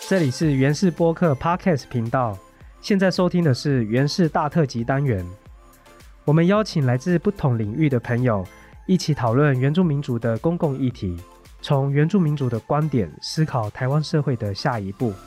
这里是原氏播客 Podcast 频道，现在收听的是原氏大特辑单元。我们邀请来自不同领域的朋友，一起讨论原住民族的公共议题，从原住民族的观点思考台湾社会的下一步。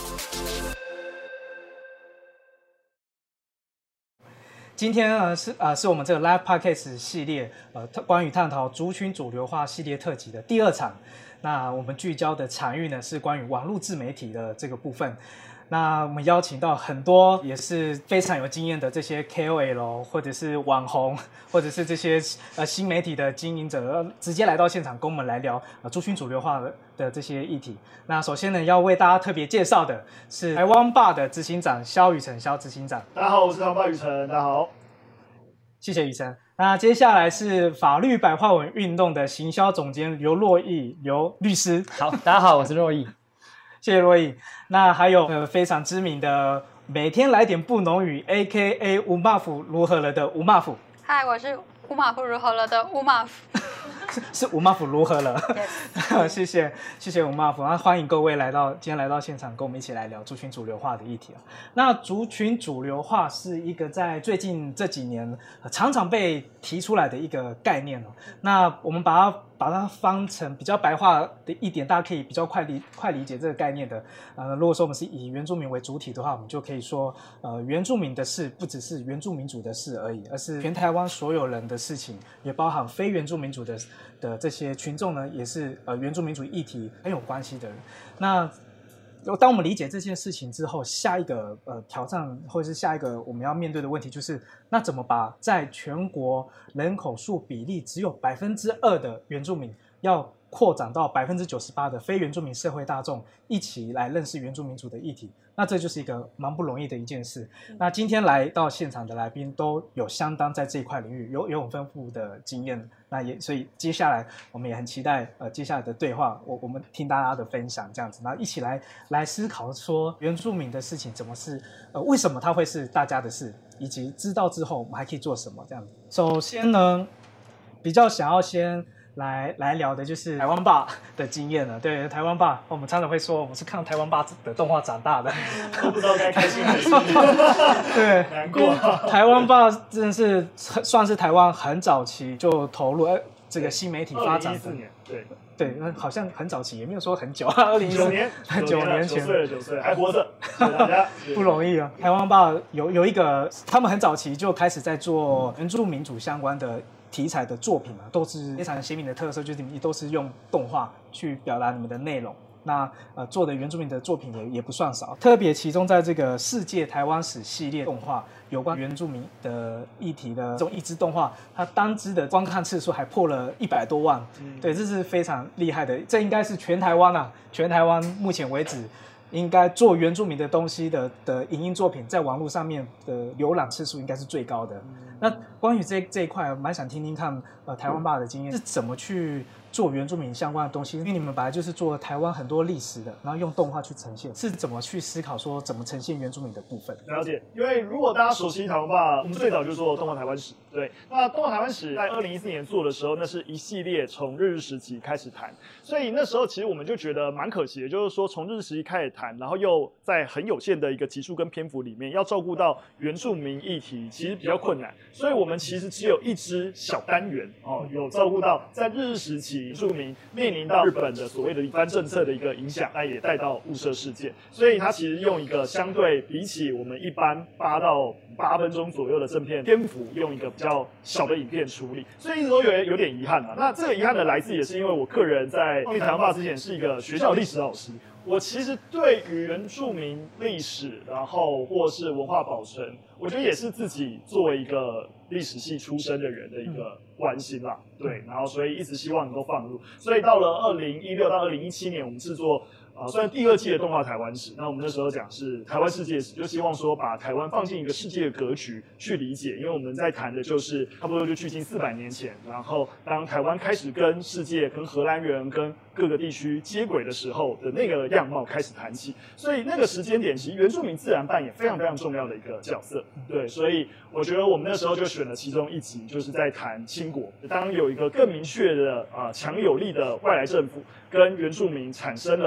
今天是我们这个 Live Podcast 系列关于探讨族群主流化系列特辑的第2场。那我们聚焦的场域呢是关于网络自媒体的这个部分。那我们邀请到很多也是非常有经验的这些 KOL 或者是网红，或者是这些新媒体的经营者，直接来到现场跟我们来聊族群主流化的这些议题。那首先呢，要为大家特别介绍的是台湾吧的执行长萧宇辰，萧执行长。 大家好，我是台湾吧宇辰，大家好。 谢谢宇辰。那接下来是法律白话文运动的行销总监刘若毅，刘律师。 好，大家好，我是若毅。 谢谢若毅。那还有非常知名的每天来点布农语 AKA 吴马夫如何了的吴马夫。 嗨，我是吴马夫如何了的吴马夫。 是吴马夫如何了？ Yes. 谢谢吴马夫。那欢迎各位今天来到现场，跟我们一起来聊族群主流化的议题。那族群主流化是一个在最近这几年常常被提出来的一个概念。那我们把它翻成比较白话的一点，大家可以比较快理解这个概念的。如果说我们是以原住民为主体的话，我们就可以说，原住民的事不只是原住民族的事而已，而是全台湾所有人的事情，也包含非原住民族的这些群众呢，也是原住民族议题很有关系的人。那当我们理解这件事情之后，下一个挑战或者是下一个我们要面对的问题就是，那怎么把在全国人口数比例只有2%的原住民，要扩展到98%的非原住民社会大众一起来认识原住民族的议题？那这就是一个蛮不容易的一件事。那今天来到现场的来宾都有相当在这一块领域有很丰富的经验，所以接下来我们也很期待接下来的对话，我们听大家的分享这样子，然后一起来思考说原住民的事情怎么是为什么它会是大家的事，以及知道之后我们还可以做什么这样子。首先呢，比较想要先来聊的就是台湾吧的经验了。对，台湾吧，我们常常会说我们是看台湾吧的动画长大的， 都不知道该开心还是对， 难过。 台湾吧真的是算是台湾很早期就投入这个新媒体发展的。 2014年， 对，好像很早期，也没有说很久，2014年9年前 ，9岁还活着，谢谢大家， 不容易啊。台湾吧有一个，他们很早期就开始在做原住民族相关的题材的作品嘛，都是非常鲜明的特色，就是你都是用动画去表达你们的内容。那做的原住民的作品也不算少，特别其中在这个世界台湾史系列动画有关原住民的议题的这种一支动画，它单支的观看次数还破了100多万，对，这是非常厉害的。这应该是全台湾目前为止应该做原住民的东西的影音作品在网络上面的浏览次数应该是最高的。那关于这一块，蛮想听听看台湾吧的经验是怎么去做原住民相关的东西，因为你们本来就是做台湾很多历史的，然后用动画去呈现，是怎么去思考说怎么呈现原住民的部分？ 了解，因为如果大家熟悉台湾吧，我们最早就做动画台湾史。对，那动画台湾史在2014年做的时候，那是一系列从日治时期开始谈，所以那时候其实我们就觉得蛮可惜的，就是说从日治时期开始谈，然后又在很有限的一个集数跟篇幅里面，要照顾到原住民议题，其实比较困难，所以我们其实只有一支小单元有照顾到在日治时期原住民面临到日本的所谓的理番政策的一个影响，那也带到雾社事件，所以它其实用一个相对比起我们一般8到8分钟左右的正片篇幅，用一个比较小的影片处理，所以一直都有点遗憾啊。那这个遗憾的来自也是因为我个人在创立台湾吧之前是一个学校历史老师，我其实对于原住民历史，然后或是文化保存，我觉得也是自己作为一个历史系出身的人的一个关心啦。对，然后所以一直希望能够放入，所以到了2016到2017年，我们制作算第2季的动画台湾史。那我们那时候讲是台湾世界史，就希望说把台湾放进一个世界的格局去理解，因为我们在谈的就是差不多就距今400年前，然后当台湾开始跟世界、跟荷兰人、跟各个地区接轨的时候的那个样貌开始谈起，所以那个时间点其实原住民自然扮演非常非常重要的一个角色。对，所以我觉得我们那时候就选了其中一集，就是在谈清国，当有一个更明确的强有力的外来政府跟原住民产生了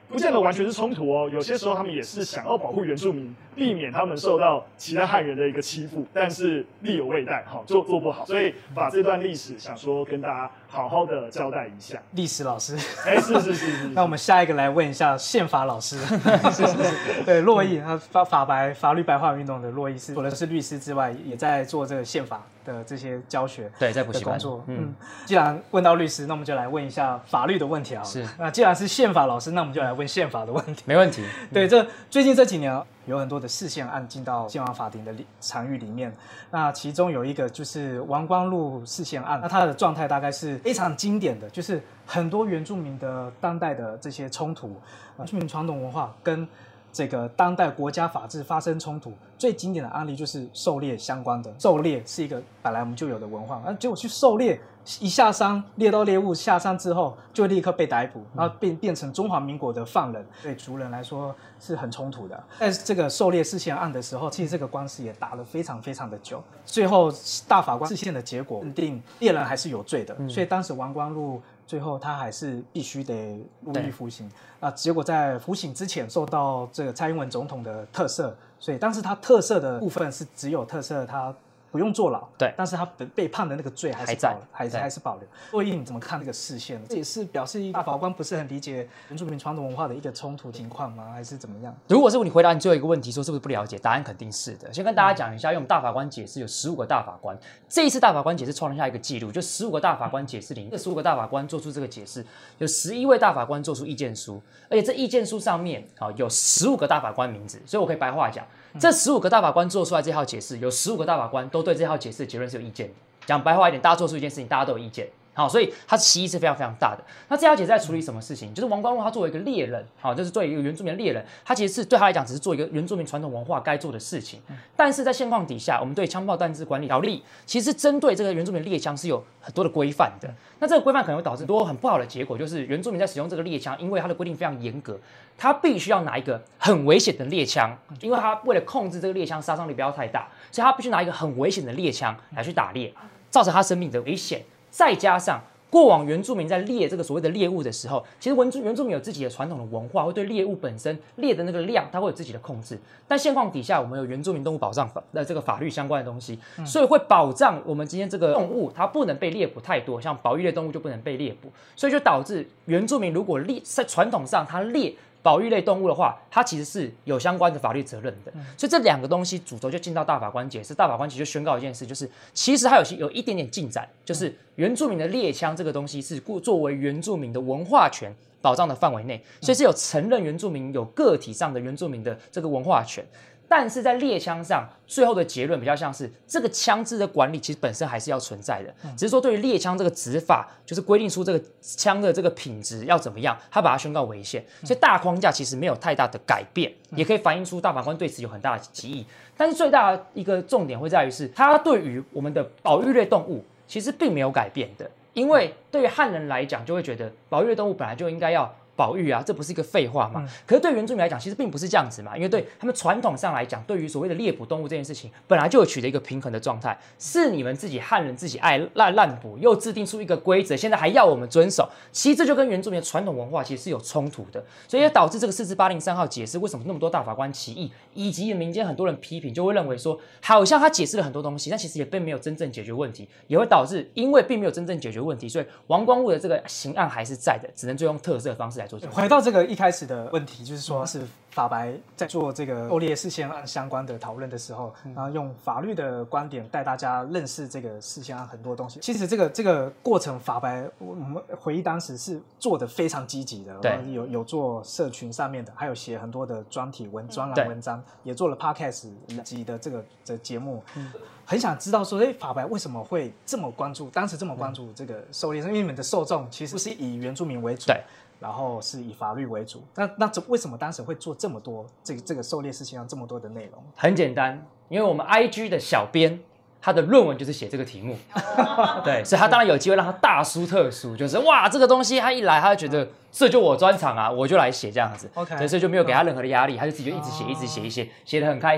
不见得完全是冲突哦，有些时候他们也是想要保护原住民，避免他们受到其他汉人的一个欺负，但是力有未逮，做不好，所以把这段历史想说跟大家好好的交代一下。 历史老师， 是。 那我们下一个来问一下宪法老师，对，洛毅，法律白话运动的洛毅除了是律师之外，也在做这个宪法的这些教学， 对，在补习班工作。既然问到律师，那我们就来问一下法律的问题好了。 是， 那既然是宪法老师，那我们就来问宪法的问题。 没问题。 对，最近这几年有很多的释宪案进到宪法法庭的场域里面，那其中有一个就是王光禄释宪案，那它的状态大概是非常经典的，就是很多原住民的当代的这些冲突，原住民传统文化跟这个当代国家法治发生冲突，最经典的案例就是狩猎相关的。狩猎是一个本来我们就有的文化，结果去狩猎，一下山猎到猎物下山之后，就立刻被逮捕，然后变成中华民国的犯人，对族人来说是很冲突的。在这个狩猎释宪案的时候，其实这个官司也打了非常非常的久，最后大法官释宪的结果认定猎人还是有罪的，所以当时王光禄最后他还是必须得入狱服刑。结果在服刑之前受到这个蔡英文总统的特赦，所以当时他特赦的部分是只有特赦他不用坐牢， 对， 但是他被判的那个罪还是保留。洛毅，你怎么看这个释宪？这也是表示大法官不是很理解原住民传统文化的一个冲突情况吗？还是怎么样？ 如果是你回答你最后一个问题，说是不是不了解，答案肯定是的。先跟大家讲一下，因为我们大法官解释有15个大法官，这一次大法官解释创下一个记录，就15个大法官解释里，这15个大法官做出这个解释，有11位大法官做出意见书，而且这意见书上面有15个大法官名字，所以我可以白话讲，这15个大法官做出来这套解释，有15个大法官都对这套解释的结论是有意见的。讲白话一点，大家做出一件事情，大家都有意见。好，所以它歧义是非常非常大的。那这条解释在处理什么事情？就是王光禄他作为一个猎人，好，就是作为一个原住民的猎人，他其实是对他来讲只是做一个原住民传统文化该做的事情。但是在现况底下，我们对枪炮弹支管理条例其实针对这个原住民猎枪是有很多的规范的。那这个规范可能会导致很多很不好的结果，就是原住民在使用这个猎枪，因为它的规定非常严格，他必须要拿一个很危险的猎枪，因为他为了控制这个猎枪杀伤力不要太大，所以他必须拿一个很危险的猎枪来去打猎，造成他生命的危险。再加上过往原住民在猎这个所谓的猎物的时候，其实原住民有自己的传统的文化，会对猎物本身猎的那个量，它会有自己的控制。但现况底下，我们有原住民动物保障法的这个法律相关的东西，所以会保障我们今天这个动物它不能被猎捕太多，像保育类动物就不能被猎捕，所以就导致原住民如果在传统上它猎保育类动物的话，它其实是有相关的法律责任的。所以这两个东西主轴就进到大法官解释，大法官其实就宣告一件事，就是其实它有一点点进展，就是原住民的猎枪这个东西是作为原住民的文化权保障的范围内，所以是有承认原住民有个体上的原住民的这个文化权。但是在猎枪上，最后的结论比较像是这个枪支的管理其实本身还是要存在的，只是说对于猎枪这个执法，就是规定出这个枪的这个品质要怎么样，他把它宣告违宪，所以大框架其实没有太大的改变，也可以反映出大法官对此有很大的歧义。但是最大的一个重点会在于是，他对于我们的保育类动物其实并没有改变的，因为对于汉人来讲，就会觉得保育类动物本来就应该要保育啊，这不是一个废话吗？可是对原住民来讲，其实并不是这样子嘛，因为对他们传统上来讲，对于所谓的猎捕动物这件事情，本来就有取得一个平衡的状态，是你们自己汉人自己爱滥捕，又制定出一个规则，现在还要我们遵守，其实这就跟原住民的传统文化其实是有冲突的，所以也导致这个4至803号解释为什么那么多大法官歧义，以及民间很多人批评，就会认为说，好像他解释了很多东西，但其实也并没有真正解决问题，也会导致因为并没有真正解决问题，所以王光禄的这个刑案还是在的，只能最用特赦的方式来做。 回到这个一开始的问题，就是说是法白在做这个狩猎释宪案相关的讨论的时候，然后用法律的观点带大家认识这个释宪案很多东西。其实这个过程，法白我们回忆当时是做的非常积极的， 对， 有做社群上面的，还有写很多的专栏文章，也做了 podcast 集的这个节目。很想知道说，法白为什么会这么关注，当时这么关注这个狩猎？因为你们的受众其实不是以原住民为主， 对。 然后是以法律为主，那为什么当时会做这么多这个狩猎事情上这么多的内容？ 很简单，因为我们 IG 的小编他的论文就是写这个题目，对，所以他当然有机会让他大书特书，就是哇这个东西他一来他就觉得这就我专长啊，我就来写这样子， OK， 所以就没有给他任何的压力，他就自己就一直写写得很开心。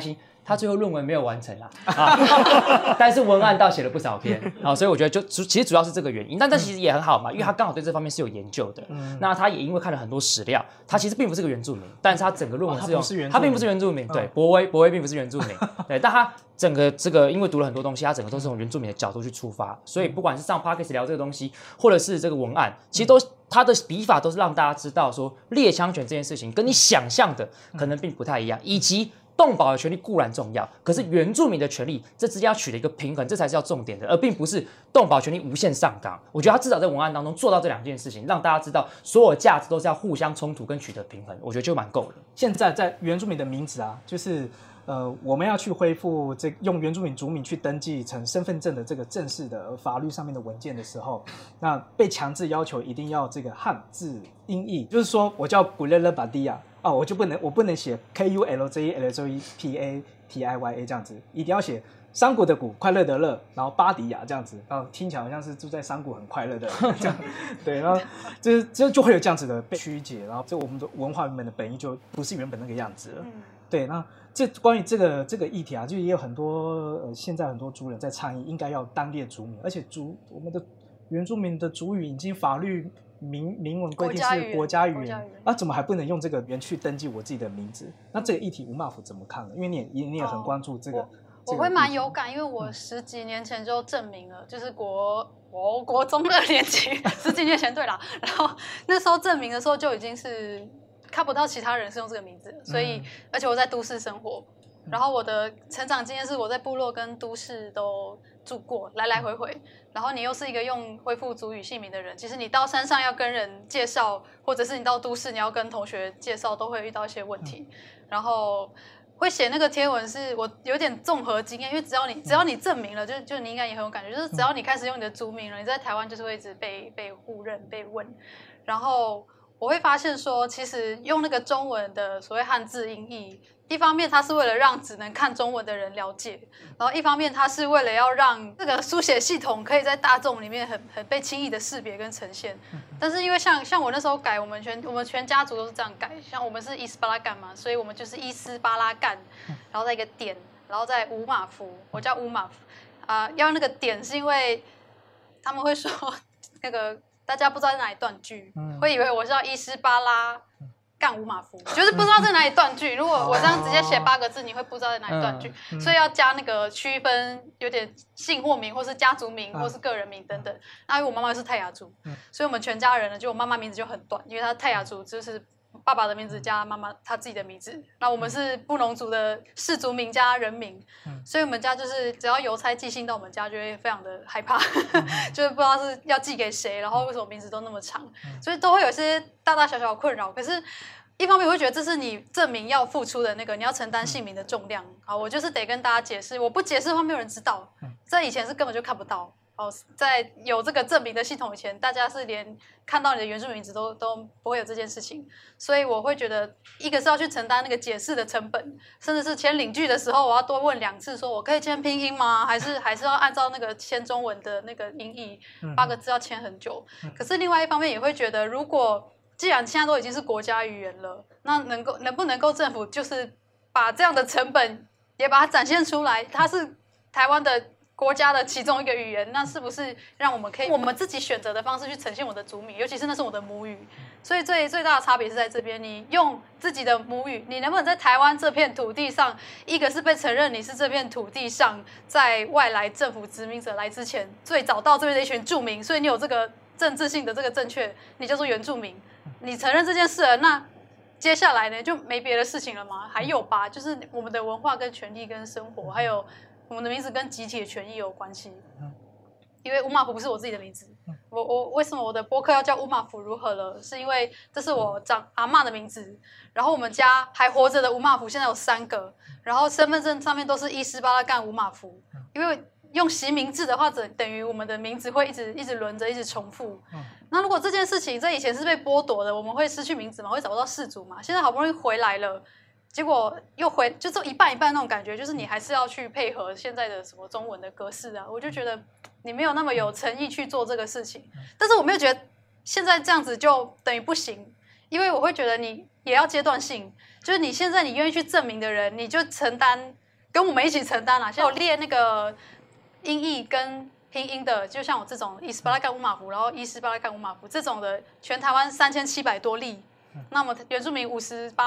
他最后论文没有完成啦，但是文案倒写了不少篇，所以我觉得其实主要是这个原因，但其实也很好嘛，因为他刚好对这方面是有研究的，那他也因为看了很多史料，他其实并不是个原住民，但是他整个论文是用，他并不是原住民，对，博威并不是原住民，对，但他整个这个因为读了很多东西，他整个都是从原住民的角度去出发，所以不管是上 Podcast 聊这个东西，或者是这个文案，其实都他的笔法都是让大家知道说猎枪权这件事情跟你想象的可能并不太一样，以及动保的权利固然重要，可是原住民的权利这之间要取得一个平衡，这才是要重点的，而并不是动保权利无限上纲。我觉得他至少在文案当中做到这2件事情，让大家知道所有价值都是要互相冲突跟取得平衡，我觉得就蛮够了。 现在在原住民的名字啊，就是我们要去恢复用原住民族名去登记成身份证的这个正式的法律上面的文件的时候，那被强制要求一定要这个汉字音译，就是说我叫古勒勒巴迪亚我不能写 KULJLJPATIYA 这样子，一定要写山谷的谷，快乐的乐，然后巴迪亚这样子，然后听起来好像是住在山谷很快乐的人这样，对，然后就会有这样子的被曲解，然后这我们的文化原本的本意就不是原本那个样子了，对，那关于这个议题啊，就也有很多现在很多族人在倡议应该要单列族名，而且我们的原住民的族语已经法律明文规定是国家语言，怎么还不能用这个语言去登记我自己的名字？那这个议题吴马福怎么看呢？因为你也很关注这个。 我会蛮有感，因为我10几年前就证明了，就是国中2年级10几年前对啦，然后那时候证明的时候就已经是看不到其他人是用这个名字，所以而且我在都市生活，然后我的成长经验是我在部落跟都市都住过，来来回回，然后你又是一个用恢复族语姓名的人，其实你到山上要跟人介绍，或者是你到都市你要跟同学介绍，都会遇到一些问题，然后会写那个贴文是我有点综合经验，因为只要你证明了，就你应该也很有感觉，就是只要你开始用你的族名了，你在台湾就是会一直被互认被问，然后我会发现说，其实用那个中文的所谓汉字音译，一方面它是为了让只能看中文的人了解，然后一方面它是为了要让这个书写系统可以在大众里面很被轻易的识别跟呈现。但是因为像我那时候改，我们全家族都是这样改，像我们是伊斯巴拉干嘛，所以我们就是伊斯巴拉干，然后再一个点，然后再乌马夫，我叫乌马夫要那个点是因为他们会说那个。大家不知道在哪里断句，会以为我是叫伊斯巴拉干乌马夫，就是不知道在哪里断句。如果我这样直接写8个字，你会不知道在哪里断句，所以要加那个区分，有点姓或名，或是家族名，或是个人名等等。那因为我妈妈是泰雅族，所以我们全家人呢，就我妈妈名字就很短，因为她泰雅族就是爸爸的名字加妈妈她自己的名字。那我们是布农族的氏族名加人名，所以我们家就是只要邮差寄信到我们家，就会非常的害怕，就是不知道是要寄给谁，然后为什么名字都那么长，所以都会有些大大小小的困扰。可是一方面我会觉得这是你证明要付出的那个，你要承担姓名的重量啊。我就是得跟大家解释，我不解释的话没有人知道，在以前是根本就看不到。在有这个证明的系统以前，大家是连看到你的原住民名字都不会有这件事情，所以我会觉得，一个是要去承担那个解释的成本，甚至是签领据的时候，我要多问2次，说我可以签拼音吗？还是要按照那个签中文的那个音译，8个字要签很久。可是另外一方面也会觉得，如果既然现在都已经是国家语言了，那能不能够政府就是把这样的成本也把它展现出来？它是台湾的国家的其中一个语言，那是不是让我们可以我们自己选择的方式去呈现我的族名，尤其是那是我的母语，所以最大的差别是在这边，你用自己的母语，你能不能在台湾这片土地上，一个是被承认你是这片土地上在外来政府殖民者来之前最早到这边的一群住民，所以你有这个政治性的这个正确，你叫做原住民，你承认这件事了，那接下来呢就没别的事情了吗？还有吧，就是我们的文化跟权利跟生活，还有我们的名字跟集体的权益有关系。因为乌马福不是我自己的名字，我为什么我的播客要叫乌马福如何了？是因为这是我阿嬷的名字，然后我们家还活着的乌马福现在有3个，然后身份证上面都是伊斯巴拉干乌马福，因为用习名制的话，等于我们的名字会一直轮着，一直重复。那如果这件事情在以前是被剥夺的，我们会失去名字嘛，会找不到氏族嘛。现在好不容易回来了，结果又就一半一半那种感觉，就是你还是要去配合现在的什么中文的格式啊。我就觉得你没有那么有诚意去做这个事情。但是我没有觉得现在这样子就等于不行，因为我会觉得你也要阶段性，就是你现在你愿意去证明的人，你就承担跟我们一起承担啦。像我列那个音译跟拼音的，就像我这种伊斯巴拉干乌马夫，然后伊斯巴拉干乌马夫这种的，全台湾3700多例。那么原住民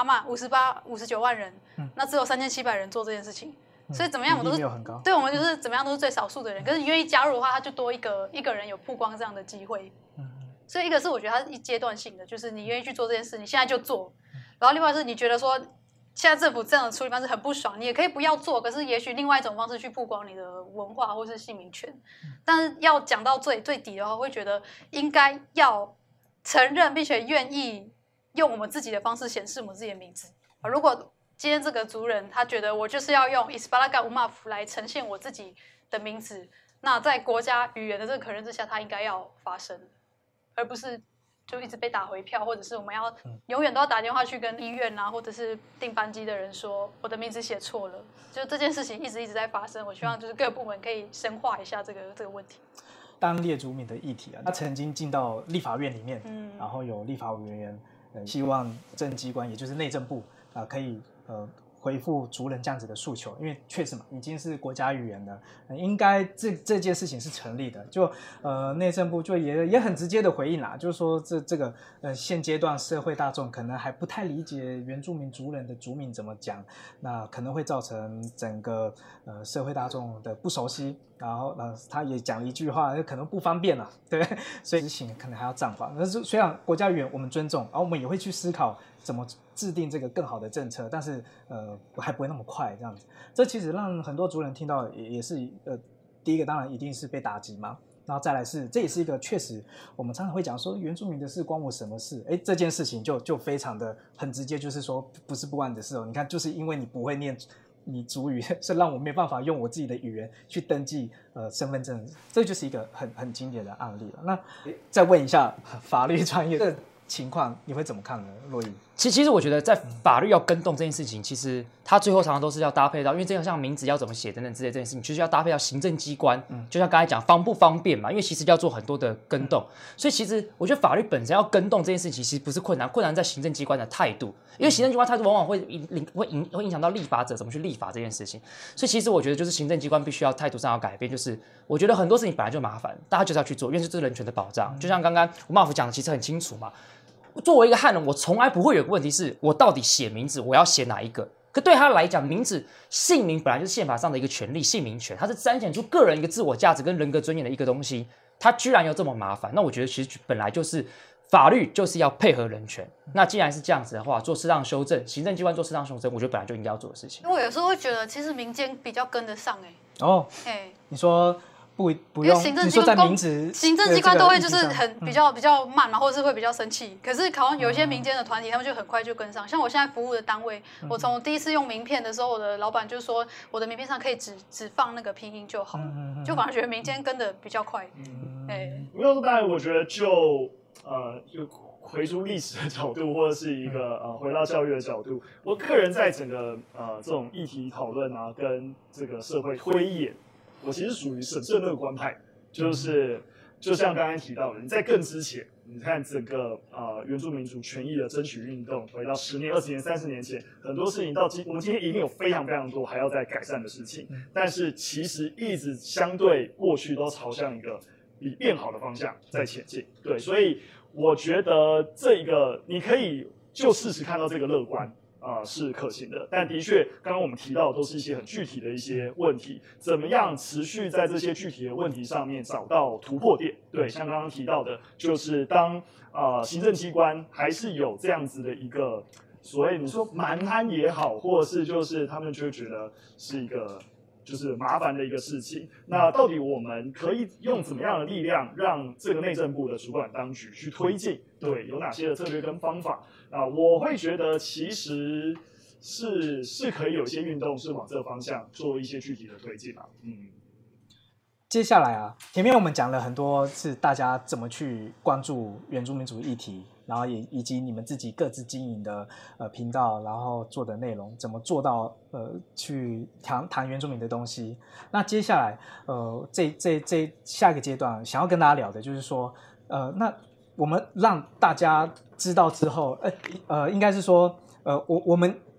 59万人，那只有3700人做这件事情，所以怎么样我都是对，我们就是怎么样都是最少数的人。可是你愿意加入的话，他就多一个人有曝光这样的机会。所以一个是我觉得它是一阶段性的，就是你愿意去做这件事，你现在就做。然后另外是你觉得说现在政府这样的处理方式很不爽，你也可以不要做，可是也许另外一种方式去曝光你的文化或是姓名权。但是要讲到最底的话，我会觉得应该要承认并且愿意用我们自己的方式显示我们自己的名字。如果今天这个族人他觉得我就是要用 Isbalaga Umaf 来呈现我自己的名字，那在国家语言的这个可认之下，他应该要发声，而不是就一直被打回票，或者是我们要永远都要打电话去跟医院啊，或者是订班机的人说我的名字写错了。就这件事情一直在发生，我希望就是各个部门可以深化一下这个问题。 当列族民的议题啊，他曾经进到立法院里面，然后有立法委员希望政机关，也就是内政部可以回复族人这样子的诉求，因为确实嘛，已经是国家语言了，应该这件事情是成立的。就内政部就也很直接的回应啦，就是说这个现阶段社会大众可能还不太理解原住民族人的族名怎么讲，那可能会造成整个社会大众的不熟悉。然后他也讲了一句话，可能不方便了，对，所以执行可能还要暂缓。但是虽然国家语言我们尊重，然后我们也会去思考怎么制定这个更好的政策，但是还不会那么快这样子。这其实让很多族人听到也是第一个当然一定是被打击嘛，然后再来是这也是一个确实我们常常会讲说原住民的事关我什么事，这件事情就非常的很直接，就是说不是不关你的事哦，你看就是因为你不会念你族语，是让我没办法用我自己的语言去登记身份证，这就是一个很经典的案例了。那再问一下法律专业的情况，你会怎么看呢？洛伊？ 其实我觉得在法律要跟动这件事情，其实它最后常常都是要搭配到，因为这样像名字要怎么写等等之类这件事情，就是要搭配到行政机关，就像刚才讲方不方便嘛，因为其实要做很多的跟动，所以其实我觉得法律本身要跟动这件事情其实不是困难，困难在行政机关的态度，因为行政机关态度往往会影响到立法者怎么去立法这件事情，所以其实我觉得就是行政机关必须要态度上要改变，就是我觉得很多事情本来就麻烦，大家就是要去做，因为这是人权的保障，就像刚刚吴茂福讲的其实很清楚嘛。作为一个汉人，我从来不会有个问题是我到底写名字我要写哪一个，可对他来讲，名字姓名本来就是宪法上的一个权利，姓名权，它是彰显出个人一个自我价值跟人格尊严的一个东西，它居然要这么麻烦，那我觉得其实本来就是法律就是要配合人权，那既然是这样子的话，做适当修正，行政机关做适当修正，我觉得本来就应该要做的事情。 我有时候会觉得其实民间比较跟得上你说不用， 因为行政机关行政机关都会就是比较慢嘛，或者是会比较生气。可是好像有一些民间的团体，他们就很快就跟上。像我现在服务的单位，我从第一次用名片的时候，我的老板就说，我的名片上可以只放那个拼音就好，就反而觉得民间跟的比较快。 当然，我觉得就回出历史的角度，或者是一个回到教育的角度，我个人在整个这种议题讨论啊，跟这个社会推演。我其实属于审慎乐观派，就像刚才提到的，你在更之前，你看整个原住民族权益的争取运动，回到10年、20年、30年前，很多事情我们今天一定有非常非常多还要再改善的事情，但是其实一直相对过去都朝向一个比变好的方向在前进。对，所以我觉得这个你可以就事实看到这个乐观。是可行的，但的确，刚刚我们提到的都是一些很具体的一些问题，怎么样持续在这些具体的问题上面找到突破点？对，像刚刚提到的，就是当行政机关还是有这样子的一个所谓你说蛮憨也好，或者是就是他们就会觉得是一个就是麻烦的一个事情。那到底我们可以用怎么样的力量，让这个内政部的主管当局去推进？对，有哪些的策略跟方法？我会觉得其实是可以有一些运动是往这个方向做一些具体的推进啊。 接下来前面我们讲了很多是大家怎么去关注原住民族议题，然后也以及你们自己各自经营的频道，然后做的内容怎么做到去谈原住民的东西。那接下来这下一个阶段想要跟大家聊的就是说那我们让大家知道之后应该是说我们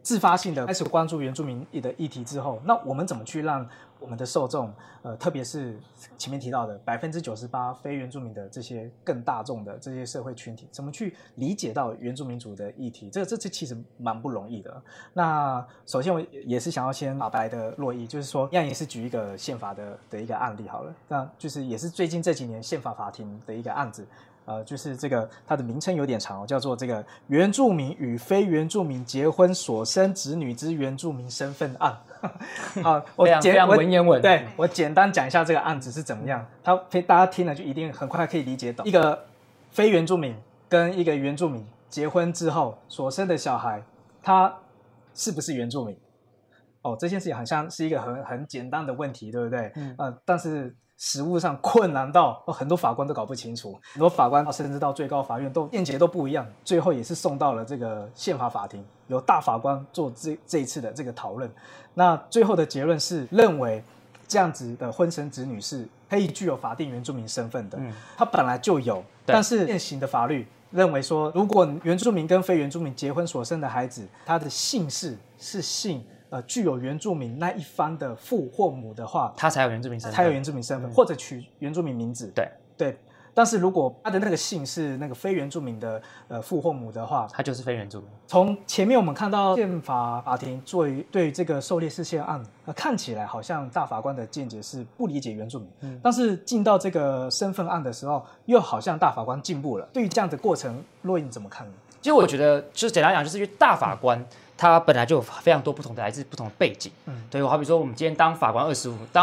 自发性的开始关注原住民的议题之后，那我们怎么去让我们的受众，特别是前面提到的98%非原住民的这些更大众的这些社会群体，怎么去理解到原住民族的议题？这其实蛮不容易的。那首先我也是想要先打白的洛伊，就是说，一样也是举一个宪法的一个案例好了，那就是也是最近这几年宪法法庭的一个案子。就是这个它的名称有点长叫做这个原住民与非原住民结婚所生子女之原住民身份案。好， 非常文言文。 对，我简单讲一下这个案子是怎么样，大家听了就一定很快可以理解懂。一个非原住民跟一个原住民结婚之后所生的小孩，他是不是原住民？这件事情好像是一个很简单的问题，对不对？但是实务上困难到很多法官都搞不清楚，很多法官甚至到最高法院辩解都不一样，最后也是送到了这个宪法法庭，由大法官做这一次的这个讨论。那最后的结论是认为这样子的婚生子女是可以具有法定原住民身份的，他本来就有，但是现行的法律认为说，如果原住民跟非原住民结婚所生的孩子，他的姓氏是姓具有原住民那一方的父或母的话， 他才有原住民身份， 才有原住民身份，或者取原住民名字。对。但是如果他的那个姓是那个非原住民的父或母的话， 他就是非原住民。 从前面我们看到宪法法庭对于这个狩猎事件案，看起来好像大法官的见解是不理解原住民，但是进到这个身份案的时候，又好像大法官进步了。对于这样的过程，洛伊你怎么看呢？ 其实我觉得，就是简单讲，就是因为大法官他本来就有非常多不同的来自不同的背景。对，我好比说，我们今天当法官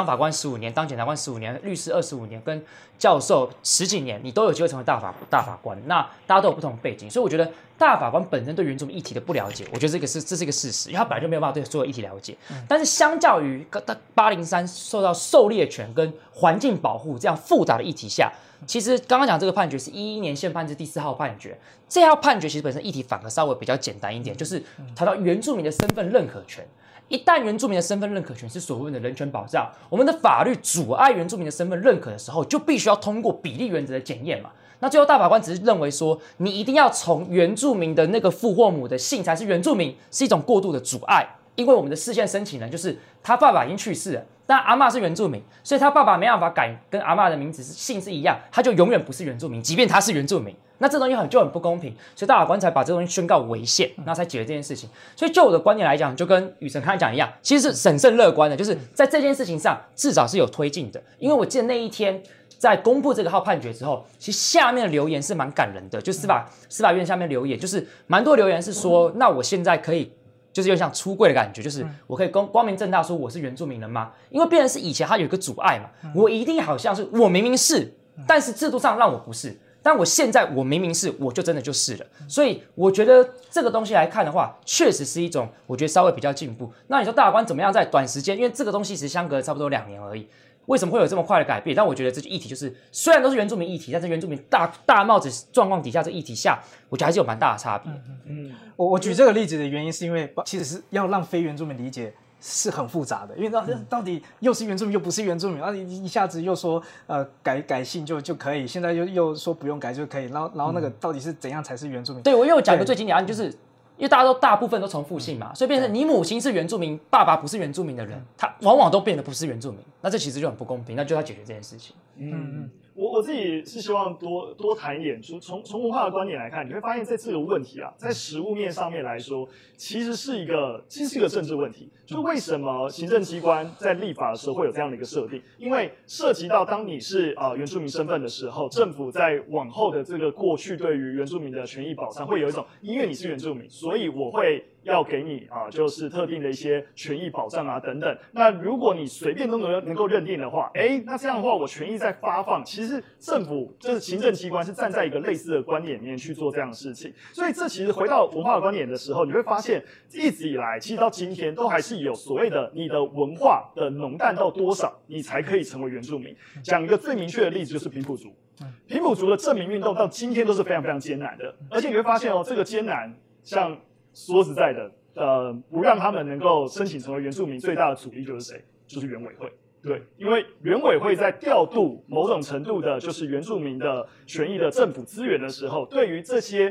15年，当检察官15年，律师25年，跟教授10几年，你都有机会成为大法官。那大家都有不同的背景，所以我觉得大法官本身对原住民议题的不了解，我觉得这是一个事实，因为他本来就没有办法对所有议题了解。但是相较于803受到狩猎权跟环境保护这样复杂的议题下，其实刚刚讲这个判决是11年宪判之第4号判决，这号判决其实本身议题反而稍微比较简单一点，就是谈到原住民的身份认可权。一旦原住民的身份认可权是所谓的人权保障，我们的法律阻碍原住民的身份认可的时候，就必须要通过比例原则的检验嘛。那最后大法官只是认为说，你一定要从原住民的那个父或母的姓才是原住民，是一种过度的阻碍。因为我们的释宪申请人就是他爸爸已经去世了，但阿嬷是原住民，所以他爸爸没办法改跟阿嬷的名字姓是一样，他就永远不是原住民，即便他是原住民。那这东西就很不公平，所以大法官才把这东西宣告违宪，那才解决这件事情。所以就我的观点来讲，就跟宇辰刚才讲一样，其实是审慎乐观的，就是在这件事情上至少是有推进的。因为我记得那一天在公布这个号判决之后，其实下面的留言是蛮感人的，就司法院下面留言就是蛮多留言是说，那我现在可以。就是有点像出柜的感觉，就是我可以光明正大说我是原住民人吗？因为变成是以前他有一个阻碍嘛，我一定好像是我明明是，但是制度上让我不是，但我现在我明明是，我就真的就是了。所以我觉得这个东西来看的话，确实是一种我觉得稍微比较进步。那你说大法官怎么样在短时间，因为这个东西其实相隔差不多2年而已。为什么会有这么快的改变？但我觉得这议题就是虽然都是原住民议题，但是原住民大帽子状况底下，这议题下，我觉得还是有蛮大的差别。 我举这个例子的原因是因为其实是要让非原住民理解是很复杂的，因为到底又是原住民又不是原住民，一下子又说改姓就可以，现在又说不用改就可以，然后那个到底是怎样才是原住民？ 对，我又讲一个最经典的案例，就是因为大部分都重复姓嘛，所以变成你母亲是原住民，爸爸不是原住民的人，他往往都变得不是原住民，那这其实就很不公平，那就要解决这件事情。 我自己是希望多谈一点，从文化的观点来看，你会发现这次的问题啊，在实务面上面来说，其实是一个政治问题。就是为什么行政机关在立法的时候会有这样的一个设定？因为涉及到当你是原住民身份的时候，政府在往后的这个过去对于原住民的权益保障，会有一种因为你是原住民，所以我会要给你就是特定的一些权益保障啊等等。那如果你随便都能够认定的话，那这样的话我权益在发放，其实政府就是行政机关是站在一个类似的观点里面去做这样的事情。所以这其实回到文化的观点的时候，你会发现一直以来，其实到今天都还是有所谓的你的文化的浓淡到多少，你才可以成为原住民。讲一个最明确的例子就是平埔族，平埔族的正名运动到今天都是非常非常艰难的，而且你会发现这个艰难，像说实在的，不让他们能够申请成为原住民，最大的阻力就是谁？就是原委会。对，因为原委会在调度某种程度的，就是原住民的权益的政府资源的时候，对于这些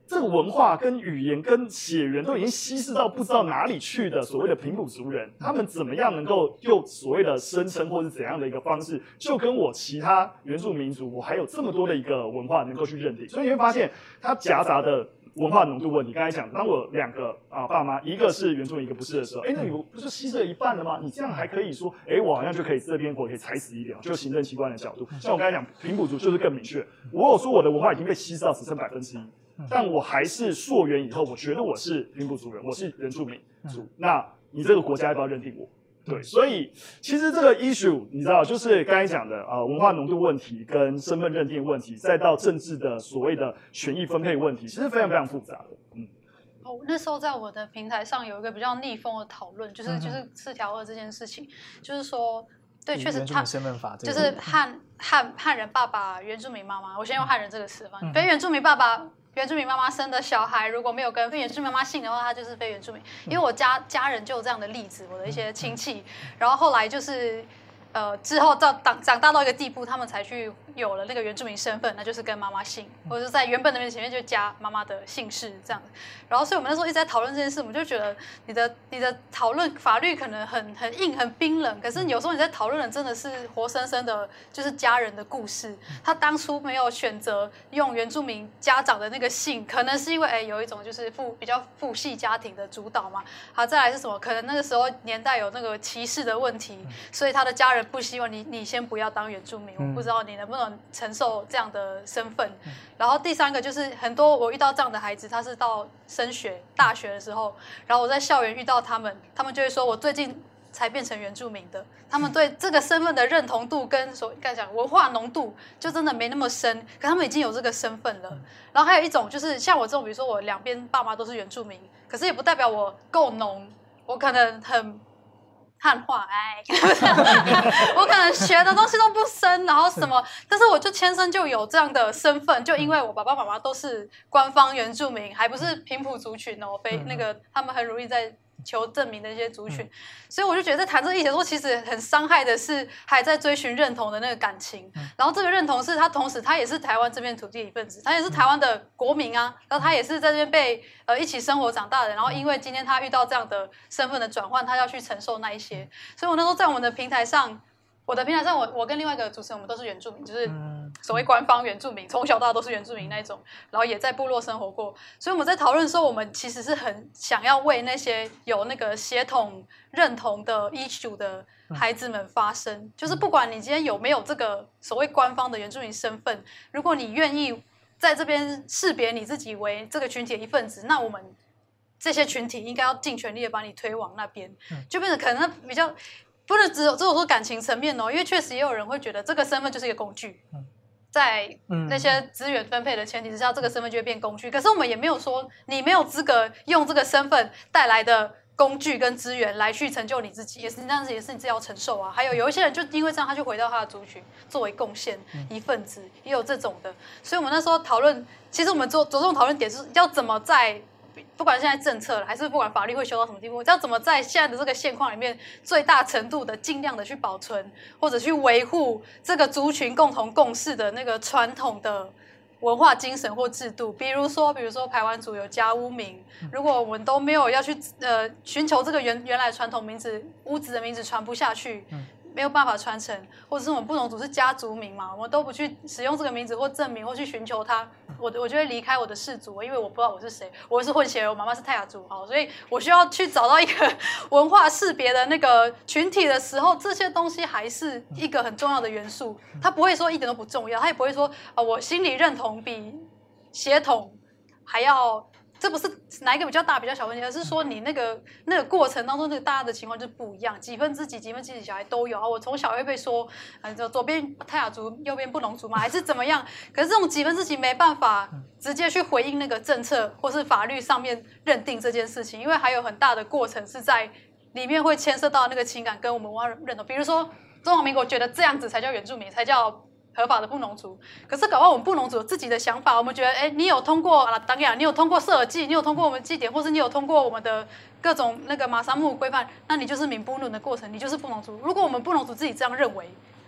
这个文化跟语言跟血缘都已经稀释到不知道哪里去的所谓的平埔族人，他们怎么样能够用所谓的声称或是怎样的一个方式，就跟我其他原住民族，我还有这么多的一个文化能够去认定，所以你会发现它夹杂的文化浓度问题。刚才讲，当我2个爸妈，一个是原住民，一个不是的时候，那你不是稀释了一半了吗？你这样还可以说，我好像就可以这边我可以踩死一点，就行政机关的角度。像我刚才讲，平埔族就是更明确，我有说我的文化已经被稀释到只剩1%。但我还是溯源以后，我觉得我是平埔族人，我是原住民族。那你这个国家要不要认定我？对，所以其实这个 issue 你知道，就是刚才讲的文化浓度问题跟身份认定问题，再到政治的所谓的权益分配问题，其实非常非常复杂的。 那时候在我的平台上有一个比较逆风的讨论，就是4条2这件事情，就是说。对，确实他就是汉人爸爸、原住民妈妈。我先用汉人这个词吧。非原住民爸爸、原住民妈妈生的小孩，如果没有跟非原住民妈妈姓的话，他就是非原住民。因为我家人就有这样的例子，我的一些亲戚。然后后来就是之后长大到一个地步，他们才去有了那个原住民身份，那就是跟妈妈姓，或者是在原本的前面就加妈妈的姓氏这样。然后所以我们那时候一直在讨论这件事，我们就觉得你的讨论法律可能很硬很冰冷，可是有时候你在讨论的真的是活生生的，就是家人的故事。他当初没有选择用原住民家长的那个姓，可能是因为有一种就是比较父系家庭的主导嘛。好，再来是什么？可能那个时候年代有那个歧视的问题，所以他的家人不希望你先不要当原住民，我不知道你能不能承受这样的身份。然后第3个就是很多我遇到这样的孩子，他是到升学大学的时候，然后我在校园遇到他们就会说我最近才变成原住民的，他们对这个身份的认同度跟刚才讲文化浓度就真的没那么深，可他们已经有这个身份了。然后还有一种就是像我这种，比如说我2边爸妈都是原住民，可是也不代表我够浓，我可能很汉化，我可能学的东西都不深，然后什么，但是我就天生就有这样的身份，就因为我爸爸妈妈都是官方原住民，还不是平埔族群哦，非那个他们很容易在求证明的一些族群，所以我就觉得在谈这个议题的时候，其实很伤害的是还在追寻认同的那个感情。然后这个认同是他同时他也是台湾这片土地的一份子，他也是台湾的国民啊，然后他也是在这边被一起生活长大的，然后因为今天他遇到这样的身份的转换，他要去承受那一些。所以我那时候在我们的平台上，我跟另外一个主持人，我们都是原住民，就是所谓官方原住民，从小到大都是原住民那种，然后也在部落生活过。所以我们在讨论的时候，我们其实是很想要为那些有那个血统认同的 issue 的孩子们发声。就是不管你今天有没有这个所谓官方的原住民身份，如果你愿意在这边识别你自己为这个群体的一份子，那我们这些群体应该要尽全力的把你推往那边，就变得可能比较。不能只有说感情层面哦，因为确实也有人会觉得这个身份就是一个工具，在那些资源分配的前提之下，这个身份就会变工具。可是我们也没有说你没有资格用这个身份带来的工具跟资源来去成就你自己，也是，但是也是你自己要承受啊。还有一些人就因为这样，他就回到他的族群作为贡献一份子，也有这种的。所以我们那时候讨论，其实我们着重讨论点是要怎么在。不管现在政策还是不管法律会修到什么地步，要怎么在现在的这个现况里面最大程度的尽量的去保存或者去维护这个族群共同共事的那个传统的文化精神或制度，比如说排湾族有家屋名，如果我们都没有要去寻求这个原来传统名字屋子的名字传不下去。没有办法传承，或者是我们布农族是家族名嘛，我们都不去使用这个名字或证明或去寻求它，我就会离开我的氏族，因为我不知道我是谁，我是混血儿，我妈妈是泰雅族，好，所以我需要去找到一个文化识别的那个群体的时候，这些东西还是一个很重要的元素，它不会说一点都不重要，它也不会说我心理认同比血统还要。这不是哪一个比较大比较小问题，而是说你那个过程当中，那个大家的情况就不一样，几分之几小孩都有啊。我从小会被说，左边泰雅族，右边布农族嘛，还是怎么样？可是这种几分之几没办法直接去回应那个政策或是法律上面认定这件事情，因为还有很大的过程是在里面会牵涉到那个情感跟我们文化认同。比如说中华民国觉得这样子才叫原住民，才叫合法的布农族，可是搞不好我们布农族有自己的想法，我们觉得，你有通过当然你有通过社尔祭，你有通过我们祭典，或是你有通过我们的各种那个马萨木规范，那你就是闽布伦的过程，你就是布农族。如果我们布农族自己这样认为，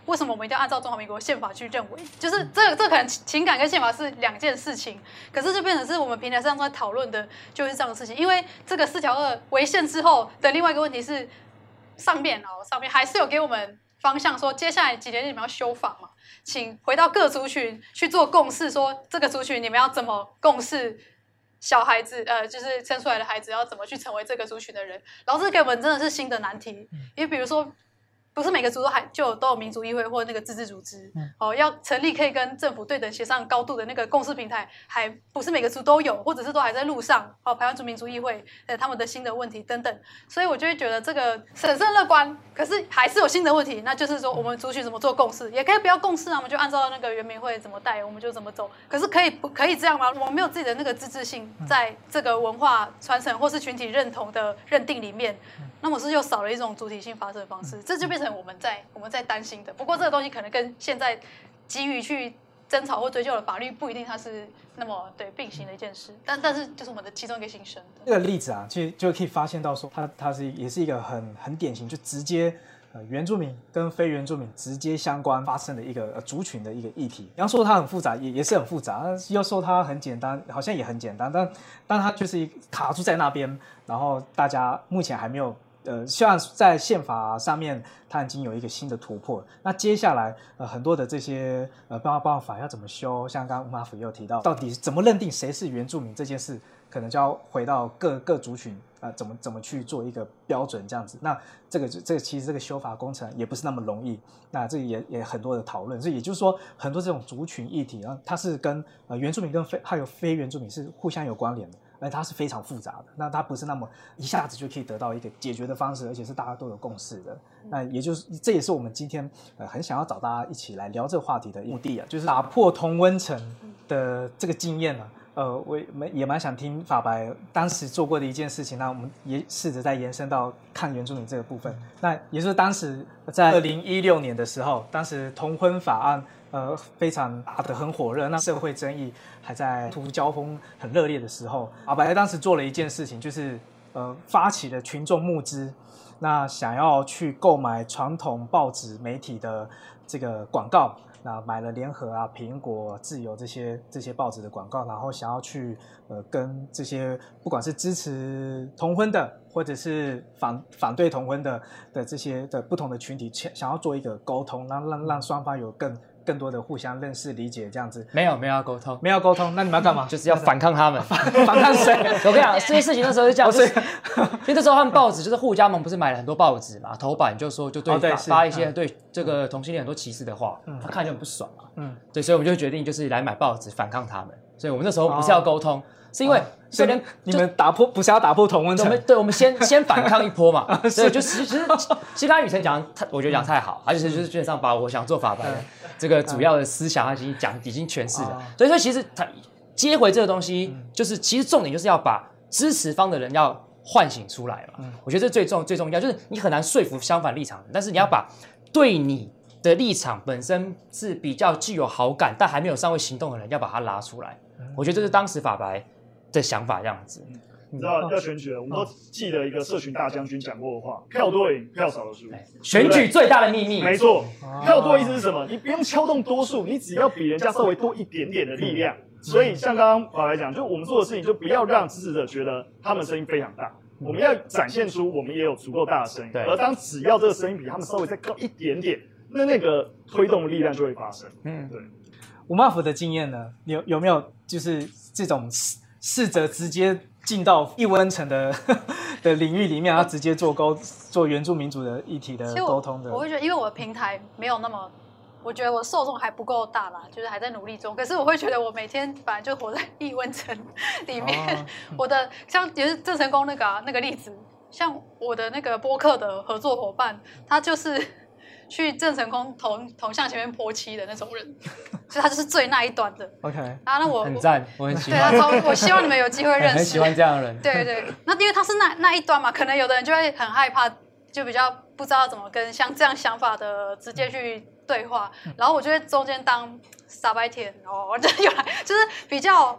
为什么我们一定要按照中华民国宪法去认为？就是这可能情感跟宪法是两件事情，可是就变成是我们平台上在讨论的就是这样的事情。因为这个4条2违宪之后的另外一个问题是，上面还是有给我们方向说，接下来几年你们要修法嘛，请回到各族群去做共识，说这个族群你们要怎么共识。小孩子，就是生出来的孩子要怎么去成为这个族群的人，然后这给我们真的是新的难题，因为比如说，不是每个族都有民族议会或那个自治组织，要成立可以跟政府对等协商高度的那个共识平台，还不是每个族都有，或者是都还在路上。台湾族民族议会他们的新的问题等等，所以我就会觉得这个审慎乐观，可是还是有新的问题，那就是说我们族群怎么做共识，也可以不要共识啊，我们就按照那个原民会怎么带，我们就怎么走。可是可以这样吗？我们没有自己的那个自治性，在这个文化传承或是群体认同的认定里面。那么是又少了一种主体性发生的方式，这就变成我们在担心的。不过这个东西可能跟现在急于去争吵或追究的法律不一定它是那么并行的一件事，但是就是我们的其中一个心声。 这个例子啊，其实就可以发现到说，它也是一个很典型，就直接原住民跟非原住民直接相关发生的一个族群的一个议题。你要说它很复杂，也是很复杂；要说它很简单，好像也很简单。但它就是卡住在那边，然后大家目前还没有。虽然在宪法上面它已经有一个新的突破，那接下来很多的这些包括法要怎么修，像刚刚吴马府也有提到，到底怎么认定谁是原住民这件事，可能就要回到各族群怎么去做一个标准这样子。那这个其实这个修法工程也不是那么容易，那这也很多的讨论，所以也就是说很多这种族群议题啊，它是跟原住民跟还有非原住民是互相有关联的。而它是非常复杂的，那它不是那么一下子就可以得到一个解决的方式，而且是大家都有共识的。那这也是我们今天很想要找大家一起来聊这个话题的目的啊，就是打破同温层的这个经验啊。我也蛮想听法白当时做过的一件事情，那我们也试着再延伸到看原住民这个部分。那也就是当时在2016年的时候，当时同婚法案非常打得很火热，那社会争议还在图交锋很热烈的时候，法白当时做了一件事情，就是发起了群众募资，那想要去购买传统报纸媒体的这个广告。那买了联合啊、苹果、自由这些报纸的广告，然后想要去跟这些不管是支持同婚的，或者是反对同婚的这些的不同的群体，想要做一个沟通，让双方有更多的互相认识、理解这样子。 没有要沟通， 没有沟通，那你们要干嘛？ 就是要反抗他们。 反抗谁？ 我跟你讲，这些事情那时候是这样，因为那时候他们报纸就是互加盟，不是买了很多报纸嘛，头版就说就发一些对这个同性恋很多歧视的话，他看就很不爽嘛。对，所以我们就决定就是来买报纸反抗他们。所以我们那时候不是要沟通，是因为所以你们不是要打破同温层？ 对，我们先反抗一波嘛。对，就其实刚刚宇辰讲，我觉得讲太好，而且就是基本上把我想做法白的这个主要的思想，他已经诠释了。所以说，其实他接回这个东西，就是其实重点就是要把支持方的人要唤醒出来嘛。我觉得这最重要，就是你很难说服相反立场的，但是你要把对你的立场本身是比较具有好感，但还没有尚未行动的人，要把他拉出来。我觉得这是当时法白的想法这样子。 你知道要选举了，我们都记得一个社群大将军讲过的话：票多赢，票少的输。 选举最大的秘密， 没错。票多意思是什么？你不用敲动多数，你只要比人家稍微多一点点的力量。所以像刚刚法白讲，就我们做的事情，就不要让支持者觉得他们声音非常大。我们要展现出我们也有足够大的声音，而当只要这个声音比他们稍微再高一点点，那个推动的力量就会发生。对。 吴马府的经验呢，有没有就是这种试着直接进到异温层的领域里面，要直接做原住民族的议题的沟通的？ 我会觉得，因为我的平台没有那么，我觉得我受众还不够大啦，就是还在努力中。可是我会觉得，我每天本来就活在异温层里面。我的像也是郑成功那个例子，像我的那个播客的合作伙伴，他就是去郑成功铜像前面泼漆的那种人，所以他就是最那一端的。 OK， 啊，那我很赞，我很喜欢。 对，我希望你们有机会认识。 很喜欢这样的人。 对，那因为他是那一端嘛，可能有的人就会很害怕，就比较不知道怎么跟像这样想法的直接去对话。然后我就会中间当傻白甜哦，就是比较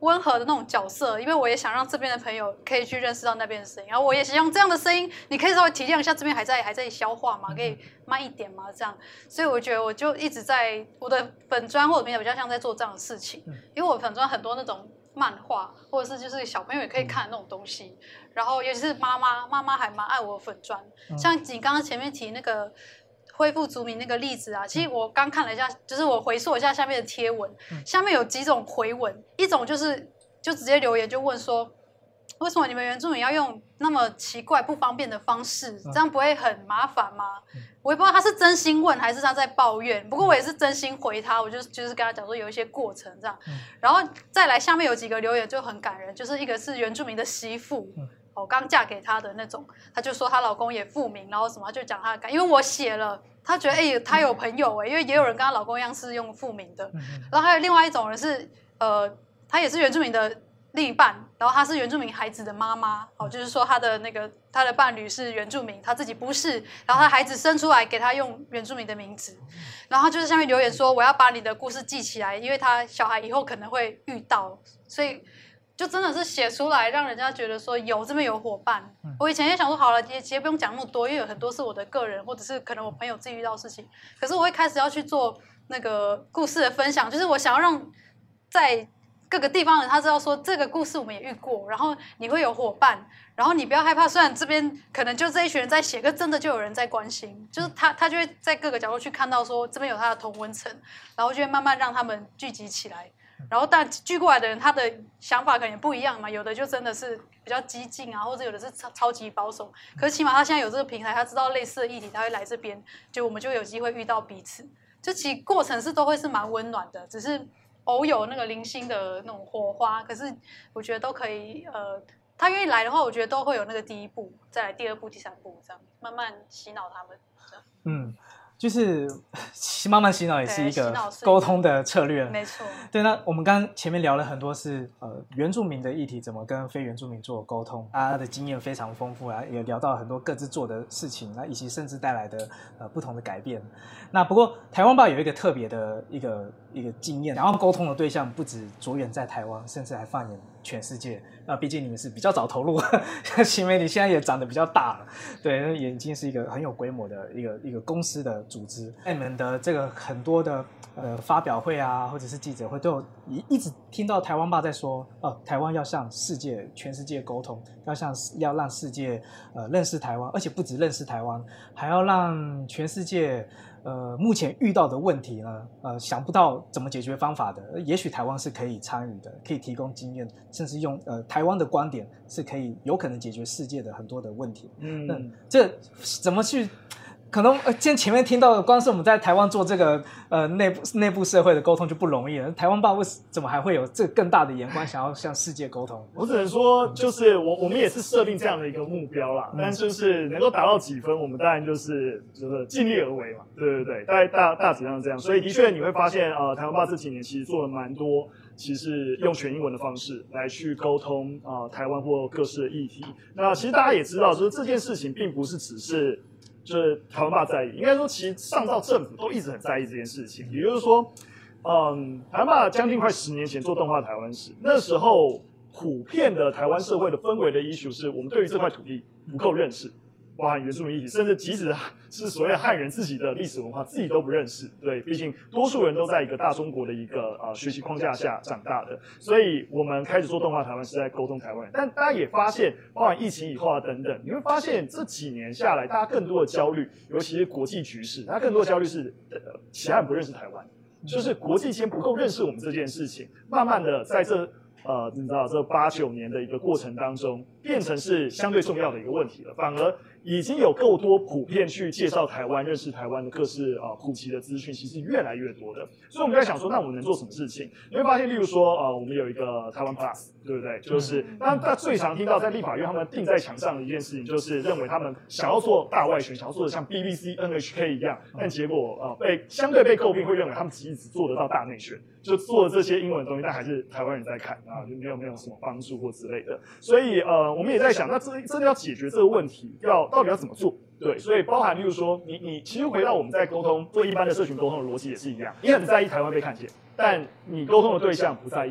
温和的那种角色，因为我也想让这边的朋友可以去认识到那边的声音，然后我也希望这样的声音，你可以稍微体谅一下，这边还在消化嘛，可以慢一点嘛，这样。所以我觉得我就一直在我的粉专或者平台比较像在做这样的事情，因为我粉专很多那种漫画，或者是就是小朋友也可以看的那种东西，然后尤其是妈妈还蛮爱我的粉专，像你刚刚前面提那个。恢复族民那个例子啊，其实我刚看了一下，就是我回溯一下下面的贴文，下面有几种回文，一种就直接留言就问说，为什么你们原住民要用那么奇怪不方便的方式，这样不会很麻烦吗？我也不知道他是真心问还是他在抱怨，不过我也是真心回他，我就是跟他讲说有一些过程这样，然后再来下面有几个留言就很感人，就是一个是原住民的媳妇。刚嫁给他的那种，他就说她老公也复明，然后什么，他就讲他的感，因为我写了，他觉得他有朋友因为也有人跟她老公一样是用复明的，然后还有另外一种人是他也是原住民的另一半，然后他是原住民孩子的妈妈，就是说他的伴侣是原住民，他自己不是，然后他孩子生出来给他用原住民的名字，然后就是下面留言说我要把你的故事记起来，因为他小孩以后可能会遇到，所以。就真的是写出来，让人家觉得说这边有伙伴。我以前也想说好了，也不用讲那么多，因为有很多是我的个人，或者是可能我朋友自己遇到的事情。可是我会开始要去做那个故事的分享，就是我想要让在各个地方的人他知道说这个故事我们也遇过，然后你会有伙伴，然后你不要害怕。虽然这边可能就这一群人在写，可真的就有人在关心，就是他就会在各个角落去看到说这边有他的同温层，然后就会慢慢让他们聚集起来。然后但聚过来的人他的想法可能也不一样嘛，有的就真的是比较激进啊，或者有的是超级保守，可是起码他现在有这个平台，他知道类似的议题他会来这边，就我们就有机会遇到彼此，就其实过程都会是蛮温暖的，只是偶有那个零星的那种火花，可是我觉得都可以他愿意来的话，我觉得都会有那个第一步，再来第二步第三步，这样慢慢洗脑他们这样。 就是慢慢洗脑也是一个沟通的策略， 没错。 对，那我们刚刚前面聊了很多是原住民的议题怎么跟非原住民做沟通，大家的经验非常丰富啊，也聊到很多各自做的事情，那以及甚至带来的不同的改变。那不过台湾吧有一个特别的一个经验，然后沟通的对象不止着眼在台湾，甚至还放眼全世界。那毕竟你们是比较早投入，新媒体现在也长得比较大了，对，也已经是一个很有规模的一个公司的组织。你们的这个很多的发表会啊，或者是记者会，都有一直听到台湾吧在说，台湾要向全世界沟通，要让世界认识台湾，而且不止认识台湾，还要让全世界。目前遇到的问题呢，想不到怎么解决方法的，也许台湾是可以参与的，可以提供经验，甚至用台湾的观点是有可能解决世界的很多的问题。这怎么去？可能今天前面听到的，光是我们在台湾做这个内部社会的沟通就不容易了。台湾吧怎么还会有这更大的眼光，想要向世界沟通？ 我只能说，就是我们也是设定这样的一个目标啦，但就是能够达到几分，我们当然就是尽力而为嘛，对，大概大体上这样。所以的确你会发现，台湾吧这几年其实做了蛮多。其实用全英文的方式来去沟通台湾或各式的议题。那其实大家也知道，就是这件事情并不是只是就是台湾吧在意，应该说其实上到政府都一直很在意这件事情。也就是说，台湾吧将近快10年前做动画台湾史，那时候普遍的台湾社会的氛围的 issue 是我们对于这块土地不够认识。包含原住民议题，甚至即使是所谓的汉人自己的历史文化，自己都不认识。对，毕竟多数人都在一个大中国的一个学习框架下长大的，所以我们开始做动画台湾是在沟通台湾人。但大家也发现，包含疫情以后啊等等，你会发现这几年下来，大家更多的焦虑，尤其是国际局势，大家更多的焦虑是其他人不认识台湾，就是国际间不够认识我们这件事情，慢慢的在你知道这8、9年的一个过程当中，变成是相对重要的一个问题了，反而。已经有够多普遍去介绍台湾、认识台湾的各式普及的资讯，其实越来越多的。所以我们在想说，那我们能做什么事情？你会发现，例如说，我们有一个台湾 Plus， 对不对？就是大家最常听到在立法院他们钉在墙上的一件事情，就是认为他们想要做大外宣，想要做的像 BBC、NHK 一样，但结果相对被诟病，会认为他们只做得到大内宣，就做这些英文的东西，但还是台湾人在看啊，就没有什么帮助或之类的。所以我们也在想，那真的要解决这个问题，到底要怎么做？对，所以包含例如说，你其实回到我们在沟通做一般的社群沟通的逻辑也是一样，你很在意台湾被看见，但你沟通的对象不在意啊。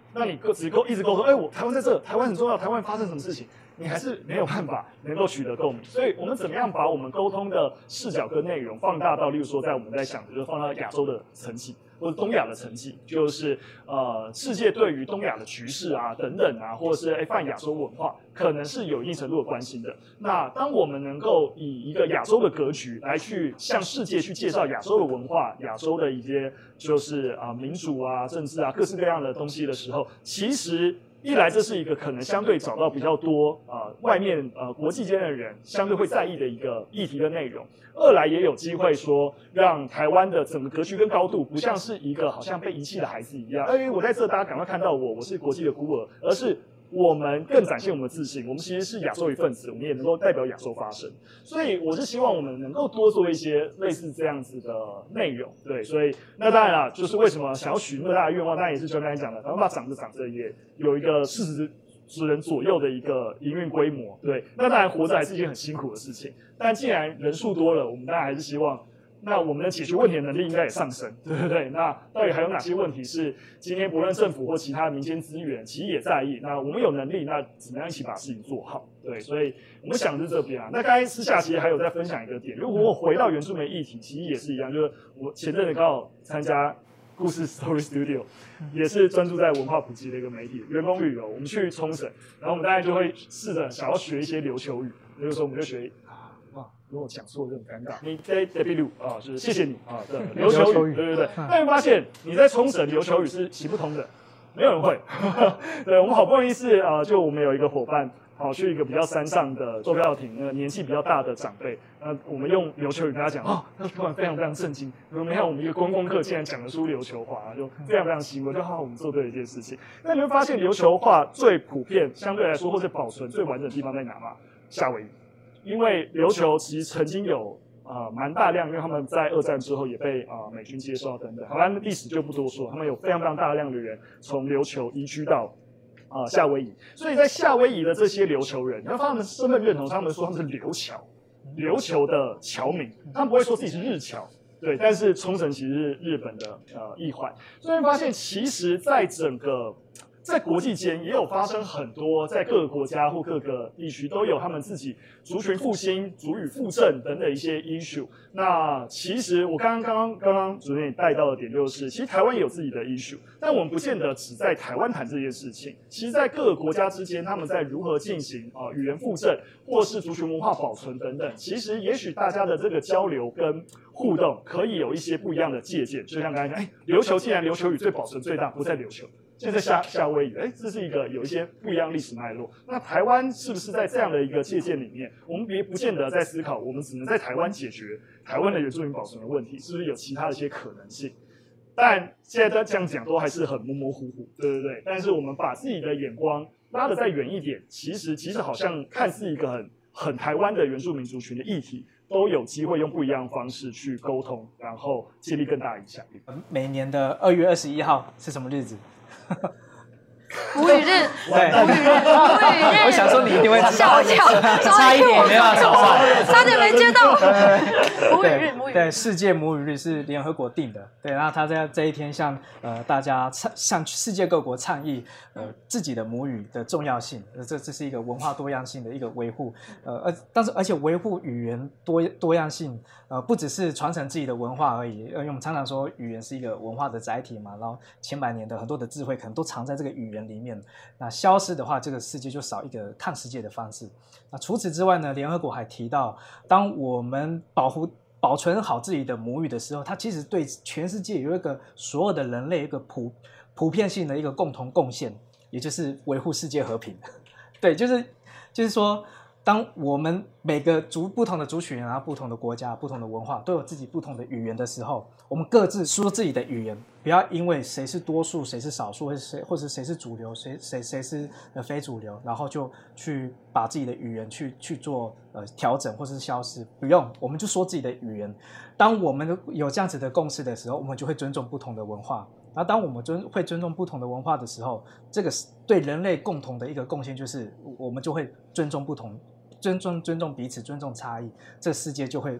那你一直沟通，我台湾在这，台湾很重要，台湾发生什么事情，你还是没有办法能够取得共鸣。所以我们怎么样把我们沟通的视角跟内容放大到，例如说在我们在想的就是放到亚洲的层级，或者东亚的层级，就是世界对于东亚的局势啊等等啊，或者是泛亚洲文化，可能是有一定程度的关心的。那当我们能够以一个亚洲的格局来去向世界去介绍亚洲的文化、亚洲的一些就是民主啊、政治啊各式各样的东西的时候，其实一来这是一个可能相对找到比较多外面国际间的人相对会在意的一个议题的内容。二来也有机会说让台湾的整个格局跟高度不像是一个好像被遗弃的孩子一样，我在这大家赶快看到我是国际的孤儿，而是我们更展现我们的自信，我们其实是亚洲一份子，我们也能够代表亚洲发声。所以我是希望我们能够多做一些类似这样子的内容，对，所以那当然啦，就是为什么想要许那么大的愿望，当然也是就刚才讲的，台湾吧长着也有一个40人左右的一个营运规模，对，那当然活着还是一件很辛苦的事情，但既然人数多了，我们当然还是希望。那我们的解决问题的能力应该也上升，对不对？那到底还有哪些问题是今天不论政府或其他民间资源其实也在意？那我们有能力，那怎么样一起把事情做好？对，所以我们想的是这边啊。那刚才私下其实还有在分享一个点，如果我回到原住民议题，其实也是一样，就是我前阵子刚好参加故事 Story Studio， 也是专注在文化普及的一个媒体员工旅游，我们去冲绳，然后我们大概就会试着想要学一些琉球语，比如说我们就学。如果讲错就很尴尬。你在 W 就是谢谢你的琉球语，对。但发现你在冲绳琉球语是行不通的，没有人会。对，我们好不容易是就我们有一个伙伴跑去一个比较山上的售票亭，年纪比较大的长辈，我们用琉球语跟他讲，他突然非常非常震惊。你看我们一个观光客竟然讲得出琉球话，就非常非常欣慰，就我们做对了一件事情。那你会发现琉球话最普遍，相对来说或者保存最完整的地方在哪吗？夏威夷。因为琉球其实曾经有蛮大量，因为他们在2战之后也被美军接收等等，好吧，历史就不多说，他们有非常非常大量的人从琉球移居到夏威夷，所以在夏威夷的这些琉球人，你会发现他们身份认同，他们说他们是琉球的侨民，他们不会说自己是日侨，对，但是冲绳其实是日本的一环，所以发现其实在整个。在国际间也有发生很多，在各个国家或各个地区都有他们自己族群复兴、族语复振等等一些 issue。那其实我刚刚主任也带到的点就是，其实台湾也有自己的 issue， 但我们不见得只在台湾谈这件事情。其实，在各个国家之间，他们在如何进行语言复振，或是族群文化保存等等，其实也许大家的这个交流跟互动可以有一些不一样的借鉴。就像刚才讲，琉球既然琉球语最保存最大，不在琉球。现在夏威夷，这是一个有一些不一样历史脉络。那台湾是不是在这样的一个借鉴里面，我们也不见得在思考，我们只能在台湾解决台湾的原住民保存的问题，是不是有其他的一些可能性？但现在这样讲都还是很模模糊糊，对不对？但是我们把自己的眼光拉得再远一点，其实好像看似一个很台湾的原住民族群的议题，都有机会用不一样的方式去沟通，然后建立更大的影响力。 每年的2月21号是什么日子？ 母语日， 对，母语日，我想说你一定会知道， 差一点没办法少算， 差点没接到。母语日，母语日， 对，世界母语日是联合国定的，对，然后他在这一天向大家向世界各国倡议自己的母语的重要性，这是一个文化多样性的一个维护，而且维护语言多样性，不只是传承自己的文化而已，因为我们常常说语言是一个文化的载体嘛，然后千百年的很多的智慧可能都藏在这个语言里面，那消失的话，这个世界就少一个看世界的方式。那除此之外呢，联合国还提到，当我们保存好自己的母语的时候，它其实对全世界有一个所有的人类一个普遍性的一个共同贡献，也就是维护世界和平。对，就是说，当我们每个不同的族群啊、不同的国家、不同的文化都有自己不同的语言的时候，我们各自说自己的语言，不要因为谁是多数、谁是少数，或者谁是主流、谁是非主流，然后就去把自己的语言去做调整或是消失。不用，我们就说自己的语言。当我们有这样子的共识的时候，我们就会尊重不同的文化。然后当我们会尊重不同的文化的时候，这个对人类共同的一个贡献就是我们就会尊重不同。尊重彼此，尊重差异，这个世界就会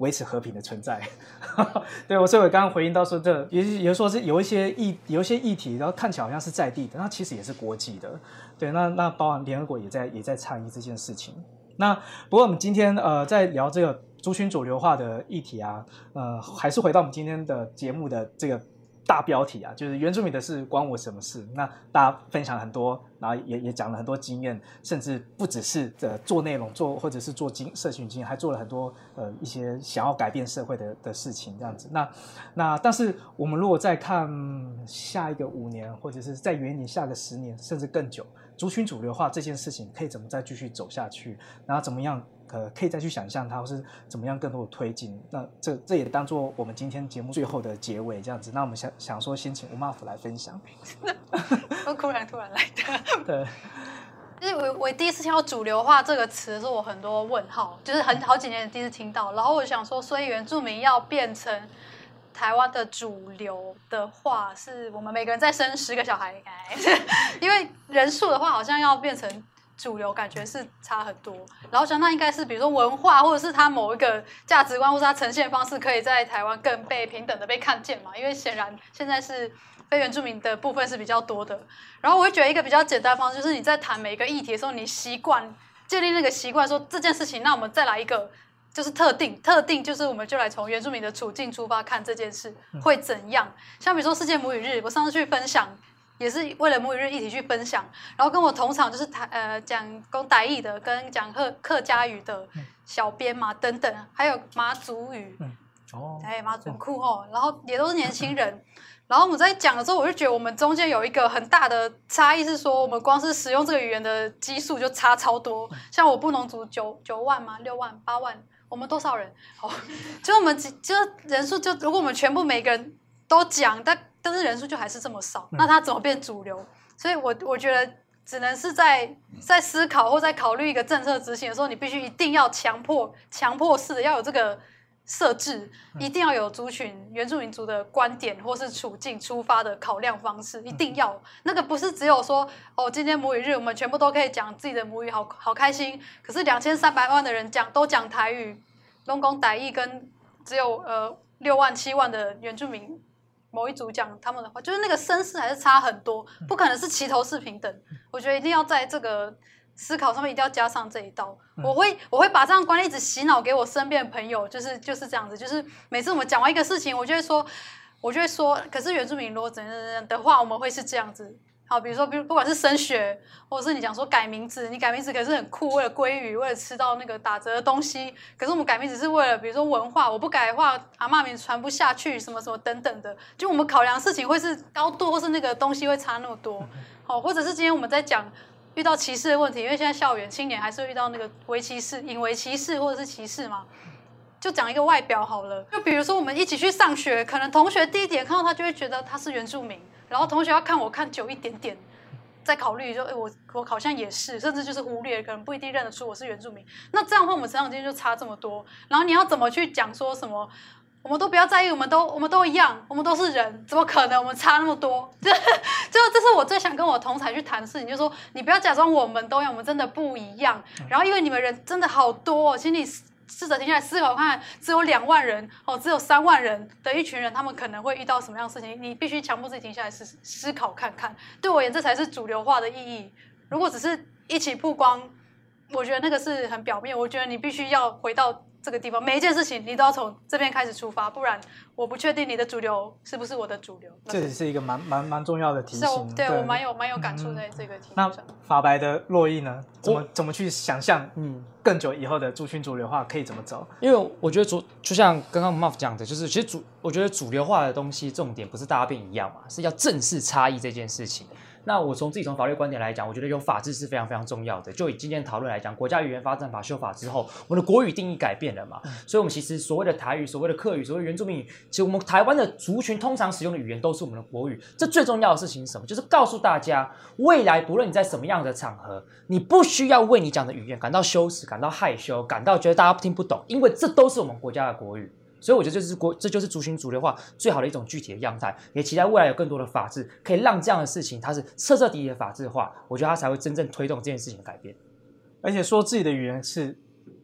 维持和平的存在。对，所以我刚刚回应到说，这也说是有一些议题，然后看起来好像是在地的，那其实也是国际的。对，那包含联合国也在倡议这件事情。那不过我们今天在聊这个族群主流化的议题啊，还是回到我们今天的节目的这个大标题啊，就是原住民的事关我什么事？那大家分享很多，然后也讲了很多经验，甚至不只是做内容或者是做社群经验，还做了很多一些想要改变社会的事情这样子。那但是我们如果再看下一个5年，或者是再远一点下个10年，甚至更久，族群主流化这件事情可以怎么再继续走下去？然后怎么样？可以再去想象它，或是怎么样更多的推进。那这也当做我们今天节目最后的结尾这样子。那我们想说，先请吴妈福来分享。 我突然来的。 对， 就是我第一次听到主流化这个词的时候，我很多问号，就是好几年第一次听到。然后我想说，所以原住民要变成台湾的主流的话，是我们每个人再生10个小孩，因为人数的话，好像要变成主流感觉是差很多，然后想那应该是比如说文化，或者是他某一个价值观，或是他呈现方式，可以在台湾更被平等的被看见嘛？因为显然现在是非原住民的部分是比较多的。然后我会觉得一个比较简单的方式，就是你在谈每一个议题的时候，你建立那个习惯，说这件事情，那我们再来一个就是特定，就是我们就来从原住民的处境出发看这件事会怎样。像比如说世界母语日，我上次去分享。也是为了母语日议题去分享，然后跟我同场就是讲讲台语的，跟讲客家语的小编嘛等等，还有马祖语，马祖酷哦，然后也都是年轻人。然后我们在讲的时候，我就觉得我们中间有一个很大的差异，是说我们光是使用这个语言的基数就差超多。像我布农族9万吗？6万、8万，我们多少人？就我们就人数就如果我们全部每个人都讲，但是人数就还是这么少，那它怎么变主流？所以我觉得只能是在思考或在考虑一个政策执行的时候，你必须一定要强迫式的要有这个设置，一定要有原住民族的观点或是处境出发的考量方式，一定要那个不是只有说今天母语日我们全部都可以讲自己的母语，好开心。可是2300万的人都讲台语，拢讲台语，跟只有6万7万的原住民。某一组讲他们的话，就是那个声势还是差很多，不可能是齐头式平等。我觉得一定要在这个思考上面一定要加上这一道。我会把这样的观念一直洗脑给我身边的朋友，就是这样子。就是每次我们讲完一个事情，我就会说，可是原住民如果怎样的话，我们会是这样子。好，比如说，不管是升学，或者是你讲说改名字，你改名字可是很酷，为了鲑鱼，为了吃到那个打折的东西。可是我们改名字是为了，比如说文化，我不改的话，阿嬷名传不下去，什么什么等等的。就我们考量事情会是高度，或是那个东西会差那么多。好，或者是今天我们在讲遇到歧视的问题，因为现在校园青年还是会遇到那个隐微歧视或者是歧视嘛。就讲一个外表好了，就比如说我们一起去上学，可能同学第一眼看到他就会觉得他是原住民。然后同学要看我看久一点点，再考虑就我好像也是，甚至就是忽略，可能不一定认得出我是原住民。那这样的话，我们成长经验就差这么多。然后你要怎么去讲说什么？我们都不要在意，我们都一样，我们都是人，怎么可能我们差那么多？这是我最想跟我同才去谈的事情，就是说你不要假装我们都一样，我们真的不一样。然后因为你们人真的好多，请你试着停下来思考看，只有2万人只有3万人的一群人，他们可能会遇到什么样的事情？你必须强迫自己停下来思考看看。对我而言，这才是主流化的意义。如果只是一起曝光，我觉得那个是很表面。我觉得你必须要回到这个地方，每一件事情你都要从这边开始出发，不然我不确定你的主流是不是我的主流。 这也是一个蛮重要的提醒。 对我蛮有感触在这个题目上。 那法白的洛伊呢？怎么去想象更久以后的族群主流化可以怎么走？ 因为我觉得就像刚刚 Muff 讲的，就是其实我觉得主流化的东西重点不是大家变一样嘛，是要正视差异这件事情。那我自己从法律观点来讲，我觉得有法治是非常非常重要的。就以今天讨论来讲，国家语言发展法修法之后，我们的国语定义改变了嘛，所以我们其实所谓的台语、所谓的客语、所谓的原住民语，其实我们台湾的族群通常使用的语言都是我们的国语。这最重要的事情是什么？就是告诉大家，未来不论你在什么样的场合，你不需要为你讲的语言感到羞耻、感到害羞、感到觉得大家听不懂，因为这都是我们国家的国语。所以我觉得这就是族群主流化最好的一种具体的样态，也期待未来有更多的法治可以让这样的事情它是彻彻底底的法治化，我觉得它才会真正推动这件事情的改变。 而且说自己的语言是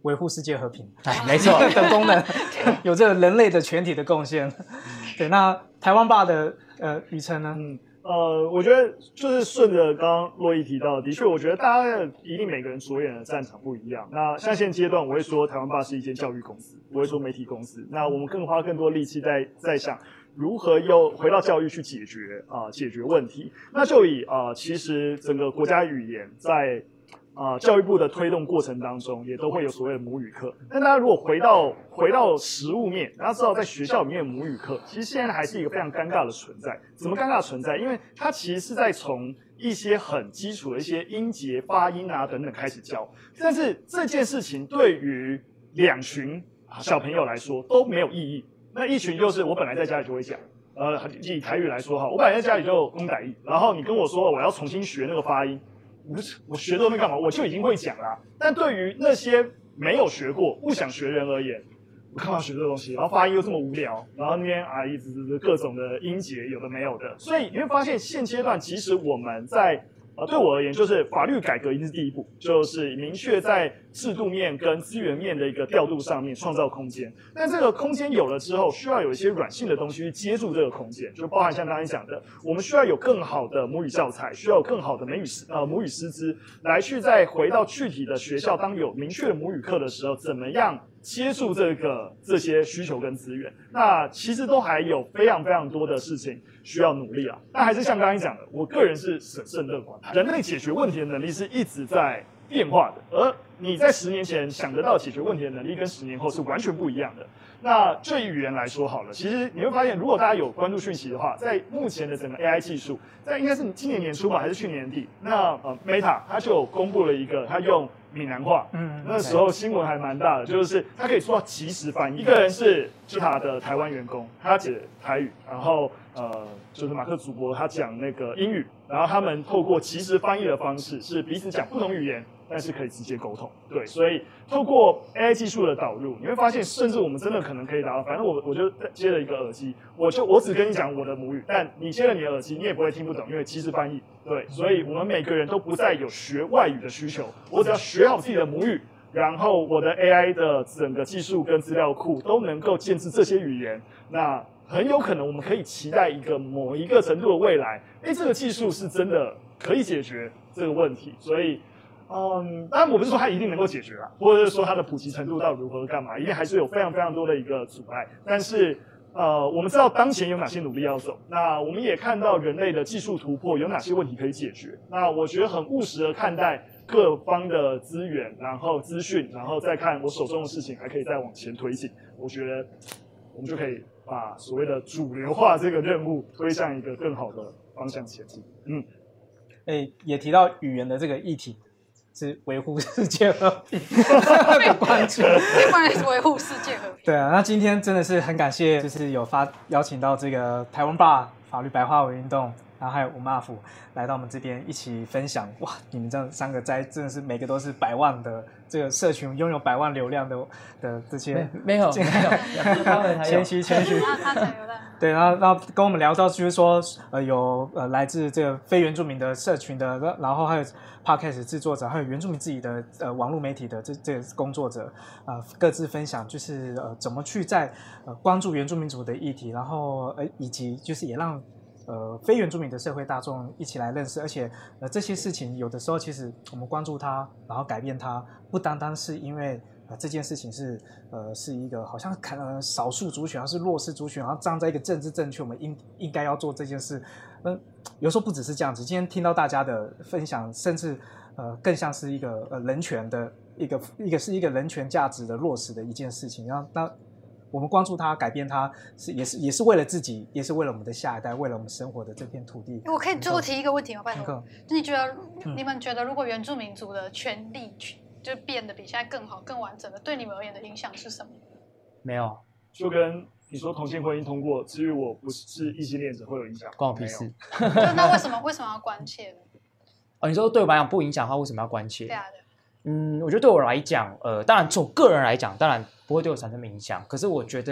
维护世界和平， 没错的功能，有这个人类的全体的贡献。对，那台湾霸的宇辰呢？ 我觉得就是顺着刚刚洛伊提到的确，我觉得大家一定每个人着眼的战场不一样。那像现阶段，我会说台湾霸是一间教育公司，我会说媒体公司。那我们更花更多力气在想如何又回到教育去解决问题。那就以其实整个国家语言在教育部的推动过程当中，也都会有所谓的母语课。但大家如果回到实务面，大家知道在学校里面的母语课，其实现在还是一个非常尴尬的存在。怎么尴尬的存在？因为它其实是在从一些很基础的一些音节、发音啊等等开始教，但是这件事情对于两群小朋友来说都没有意义。那一群就是我本来在家里就会讲。以台语来说哈，我本来在家里就讲台语，然后你跟我说我要重新学那个发音。我学这东西干嘛？我就已经会讲啦。但对于那些没有学过、不想学的人而言，我干嘛学这个东西？然后发音又这么无聊，然后那边一直各种的音节有的没有的，所以你会发现现阶段其实我们在对我而言，就是法律改革一定是第一步，就是明确在制度面跟资源面的一个调度上面创造空间。但这个空间有了之后，需要有一些软性的东西去接住这个空间，就包含像刚才讲的，我们需要有更好的母语教材，需要有更好的母语师资，来去再回到具体的学校，当有明确的母语课的时候，怎么样接住这些需求跟资源？那其实都还有非常非常多的事情需要努力啊。但还是像刚才讲的，我个人是审慎乐观，人类解决问题的能力是一直在变化的，而你在10年前想得到解决问题的能力，跟10年后是完全不一样的。那就以语言来说好了，其实你会发现，如果大家有关注讯息的话，在目前的整个 AI 技术，在应该是今年年初吧，还是去年底，那Meta 它就有公布了一个，它用闽南话，那时候新闻还蛮大的，就是它可以做到即时翻译。一个人是他的台湾员工，他解台语，然后就是马克主播他讲那个英语，然后他们透过即时翻译的方式，是彼此讲不同语言，但是可以直接沟通。对，所以透过 AI 技术的导入，你会发现，甚至我们真的可能可以达到，反正我就接了一个耳机，我只跟你讲我的母语，但你接了你的耳机，你也不会听不懂，因为即时翻译。对，所以我们每个人都不再有学外语的需求，我只要学好自己的母语，然后我的 AI 的整个技术跟资料库都能够建置这些语言，那很有可能我们可以期待某一个程度的未来，这个技术是真的可以解决这个问题。所以，当然我不是说它一定能够解决啦，或者是说它的普及程度到如何干嘛，一定还是有非常非常多的一个阻碍。但是，我们知道当前有哪些努力要走，那我们也看到人类的技术突破有哪些问题可以解决。那我觉得很务实的看待各方的资源，然后资讯，然后再看我手中的事情还可以再往前推进。我觉得我们就可以把所谓的主流化这个任务推向一个更好的方向前进。 也提到语言的这个议题。是维护世界和平的关注， 当然是维护世界和平。 对啊，那今天真的是很感谢，就是有邀请到这个台湾霸法律白话文运动，然后还有吴骂府来到我们这边一起分享。哇，你们这3个真的是每个都是100万的这个社群，拥有100万流量的这些没有，他们谦虚， 他才有的。 对，然后跟我们聊到就是说，有来自这个非原住民的社群的，然后还有 podcast 制作者，还有原住民自己的网络媒体的这个工作者，各自分享就是怎么去在关注原住民族的议题，然后以及就是也让非原住民的社会大众一起来认识，而且这些事情有的时候其实我们关注它，然后改变它，不单单是因为这件事情是一个好像少数族群，还是弱势族群，然后站在一个政治正确，我们应该要做这件事。有时候不只是这样子。今天听到大家的分享，甚至更像是一个人权的是一个人权价值的落实的一件事情。然后那我们关注它，改变它，也是为了自己，也是为了我们的下一代，为了我们生活的这片土地。 我可以最后提一个问题吗？拜托，你们觉得如果原住民族的权利就变得比现在更好、更完整的，对你们而言的影响是什么？ 没有， 就跟你说同性婚姻通过，至于我不是异性恋者会有影响， 关我屁事。 那为什么要关切呢？ 你说对我来讲不影响的话，为什么要关切？ 对啊， 我觉得对我来讲，当然从个人来讲，当然不会对我产生影响。可是我觉得，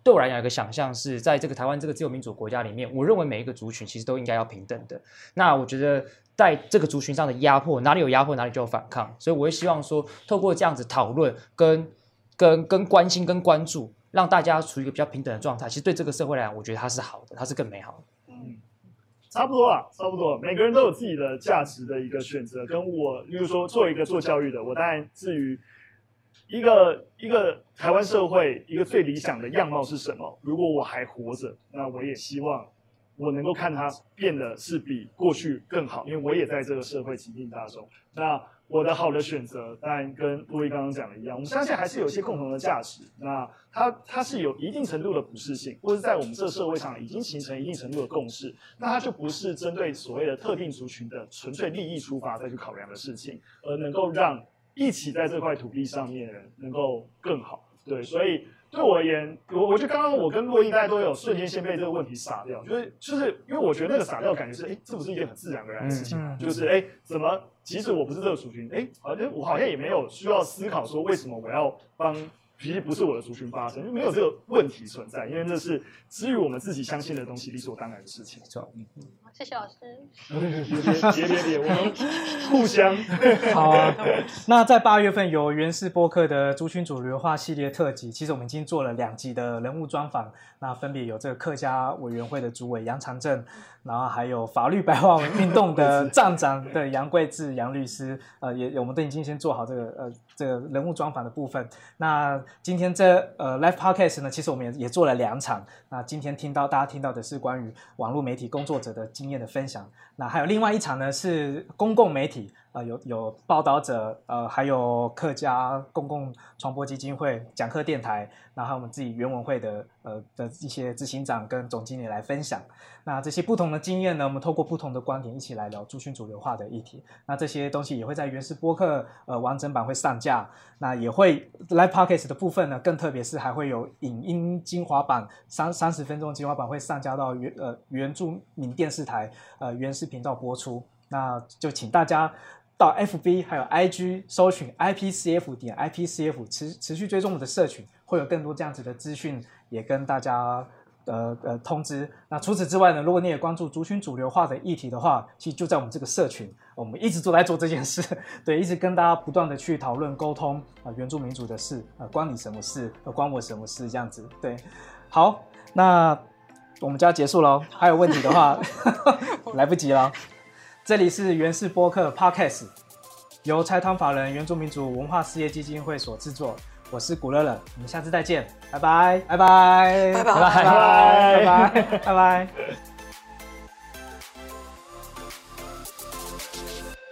对我来讲，有一个想象是在这个台湾这个自由民主国家里面，我认为每一个族群其实都应该要平等的。那我觉得在这个族群上的压迫，哪里有压迫，哪里就有反抗。所以我会希望说，透过这样子讨论、跟关心、跟关注，让大家处于一个比较平等的状态。其实对这个社会来讲，我觉得它是好的，它是更美好的。 差不多啦，差不多。每个人都有自己的价值的一个选择，跟我，例如说，作为一个做教育的，我当然至于一个台湾社会一个最理想的样貌是什么？如果我还活着，那我也希望我能够看它变得是比过去更好，因为我也在这个社会亲近大众。那我的好的选择，当然跟洛伊刚刚讲的一样，我们相信还是有一些共同的价值。那它是有一定程度的普适性，或者在我们这个社会上已经形成一定程度的共识。那它就不是针对所谓的特定族群的纯粹利益出发再去考量的事情，而能够让一起在这块土地上面的人能够更好。对，所以对我而言，我觉得刚刚我跟洛伊大家都有瞬间先被这个问题傻掉，就是因为我觉得那个傻掉的感觉是，这不是一件很自然而然的事情吗？就是怎么即使我不是这个族群，我好像也没有需要思考说为什么我要帮其实不是我的族群发声，没有这个问题存在，因为这是基于我们自己相信的东西理所当然的事情。 没错， 谢谢老师。 别，我们互相。 好啊，那在8月份有原氏播客的族群主流化系列特辑，其实我们已经做了2集的人物专访，那分别有这个客家委员会的主委杨长正，然后还有法律白话文运动的站长的杨贵志杨律师，我们都已经先做好这个人物专访的部分。那今天live podcast 呢，其实我们也做了2场。那今天大家听到的是关于网络媒体工作者的经验的分享。那还有另外一场呢是公共媒体，有报道者，还有客家公共传播基金会、讲课电台，然后还有我们自己原文会的一些执行长跟总经理来分享。那这些不同的经验呢，我们透过不同的观点一起来聊族群主流化的议题。那这些东西也会在原氏播客完整版会上架，那也会 Live Podcast 的部分呢，更特别是还会有影音精华版30分钟精华版会上架到原住民电视台原氏频道播出。那就请大家到 FB 还有 IG 搜寻 IPCF 持续追踪我们的社群，会有更多这样子的资讯也跟大家通知。那除此之外呢，如果你也关注族群主流化的议题的话，其实就在我们这个社群，我们一直都在做这件事，对，一直跟大家不断的去讨论沟通原住民族的事，关你什么事，关我什么事这样子。对，好，那我们就要结束了，还有问题的话来不及了。这里是原氏播客 Podcast， 由财团法人原住民族文化事业基金会所制作。我是古乐乐，我们下次再见，拜拜，拜拜，拜拜，拜拜，拜拜。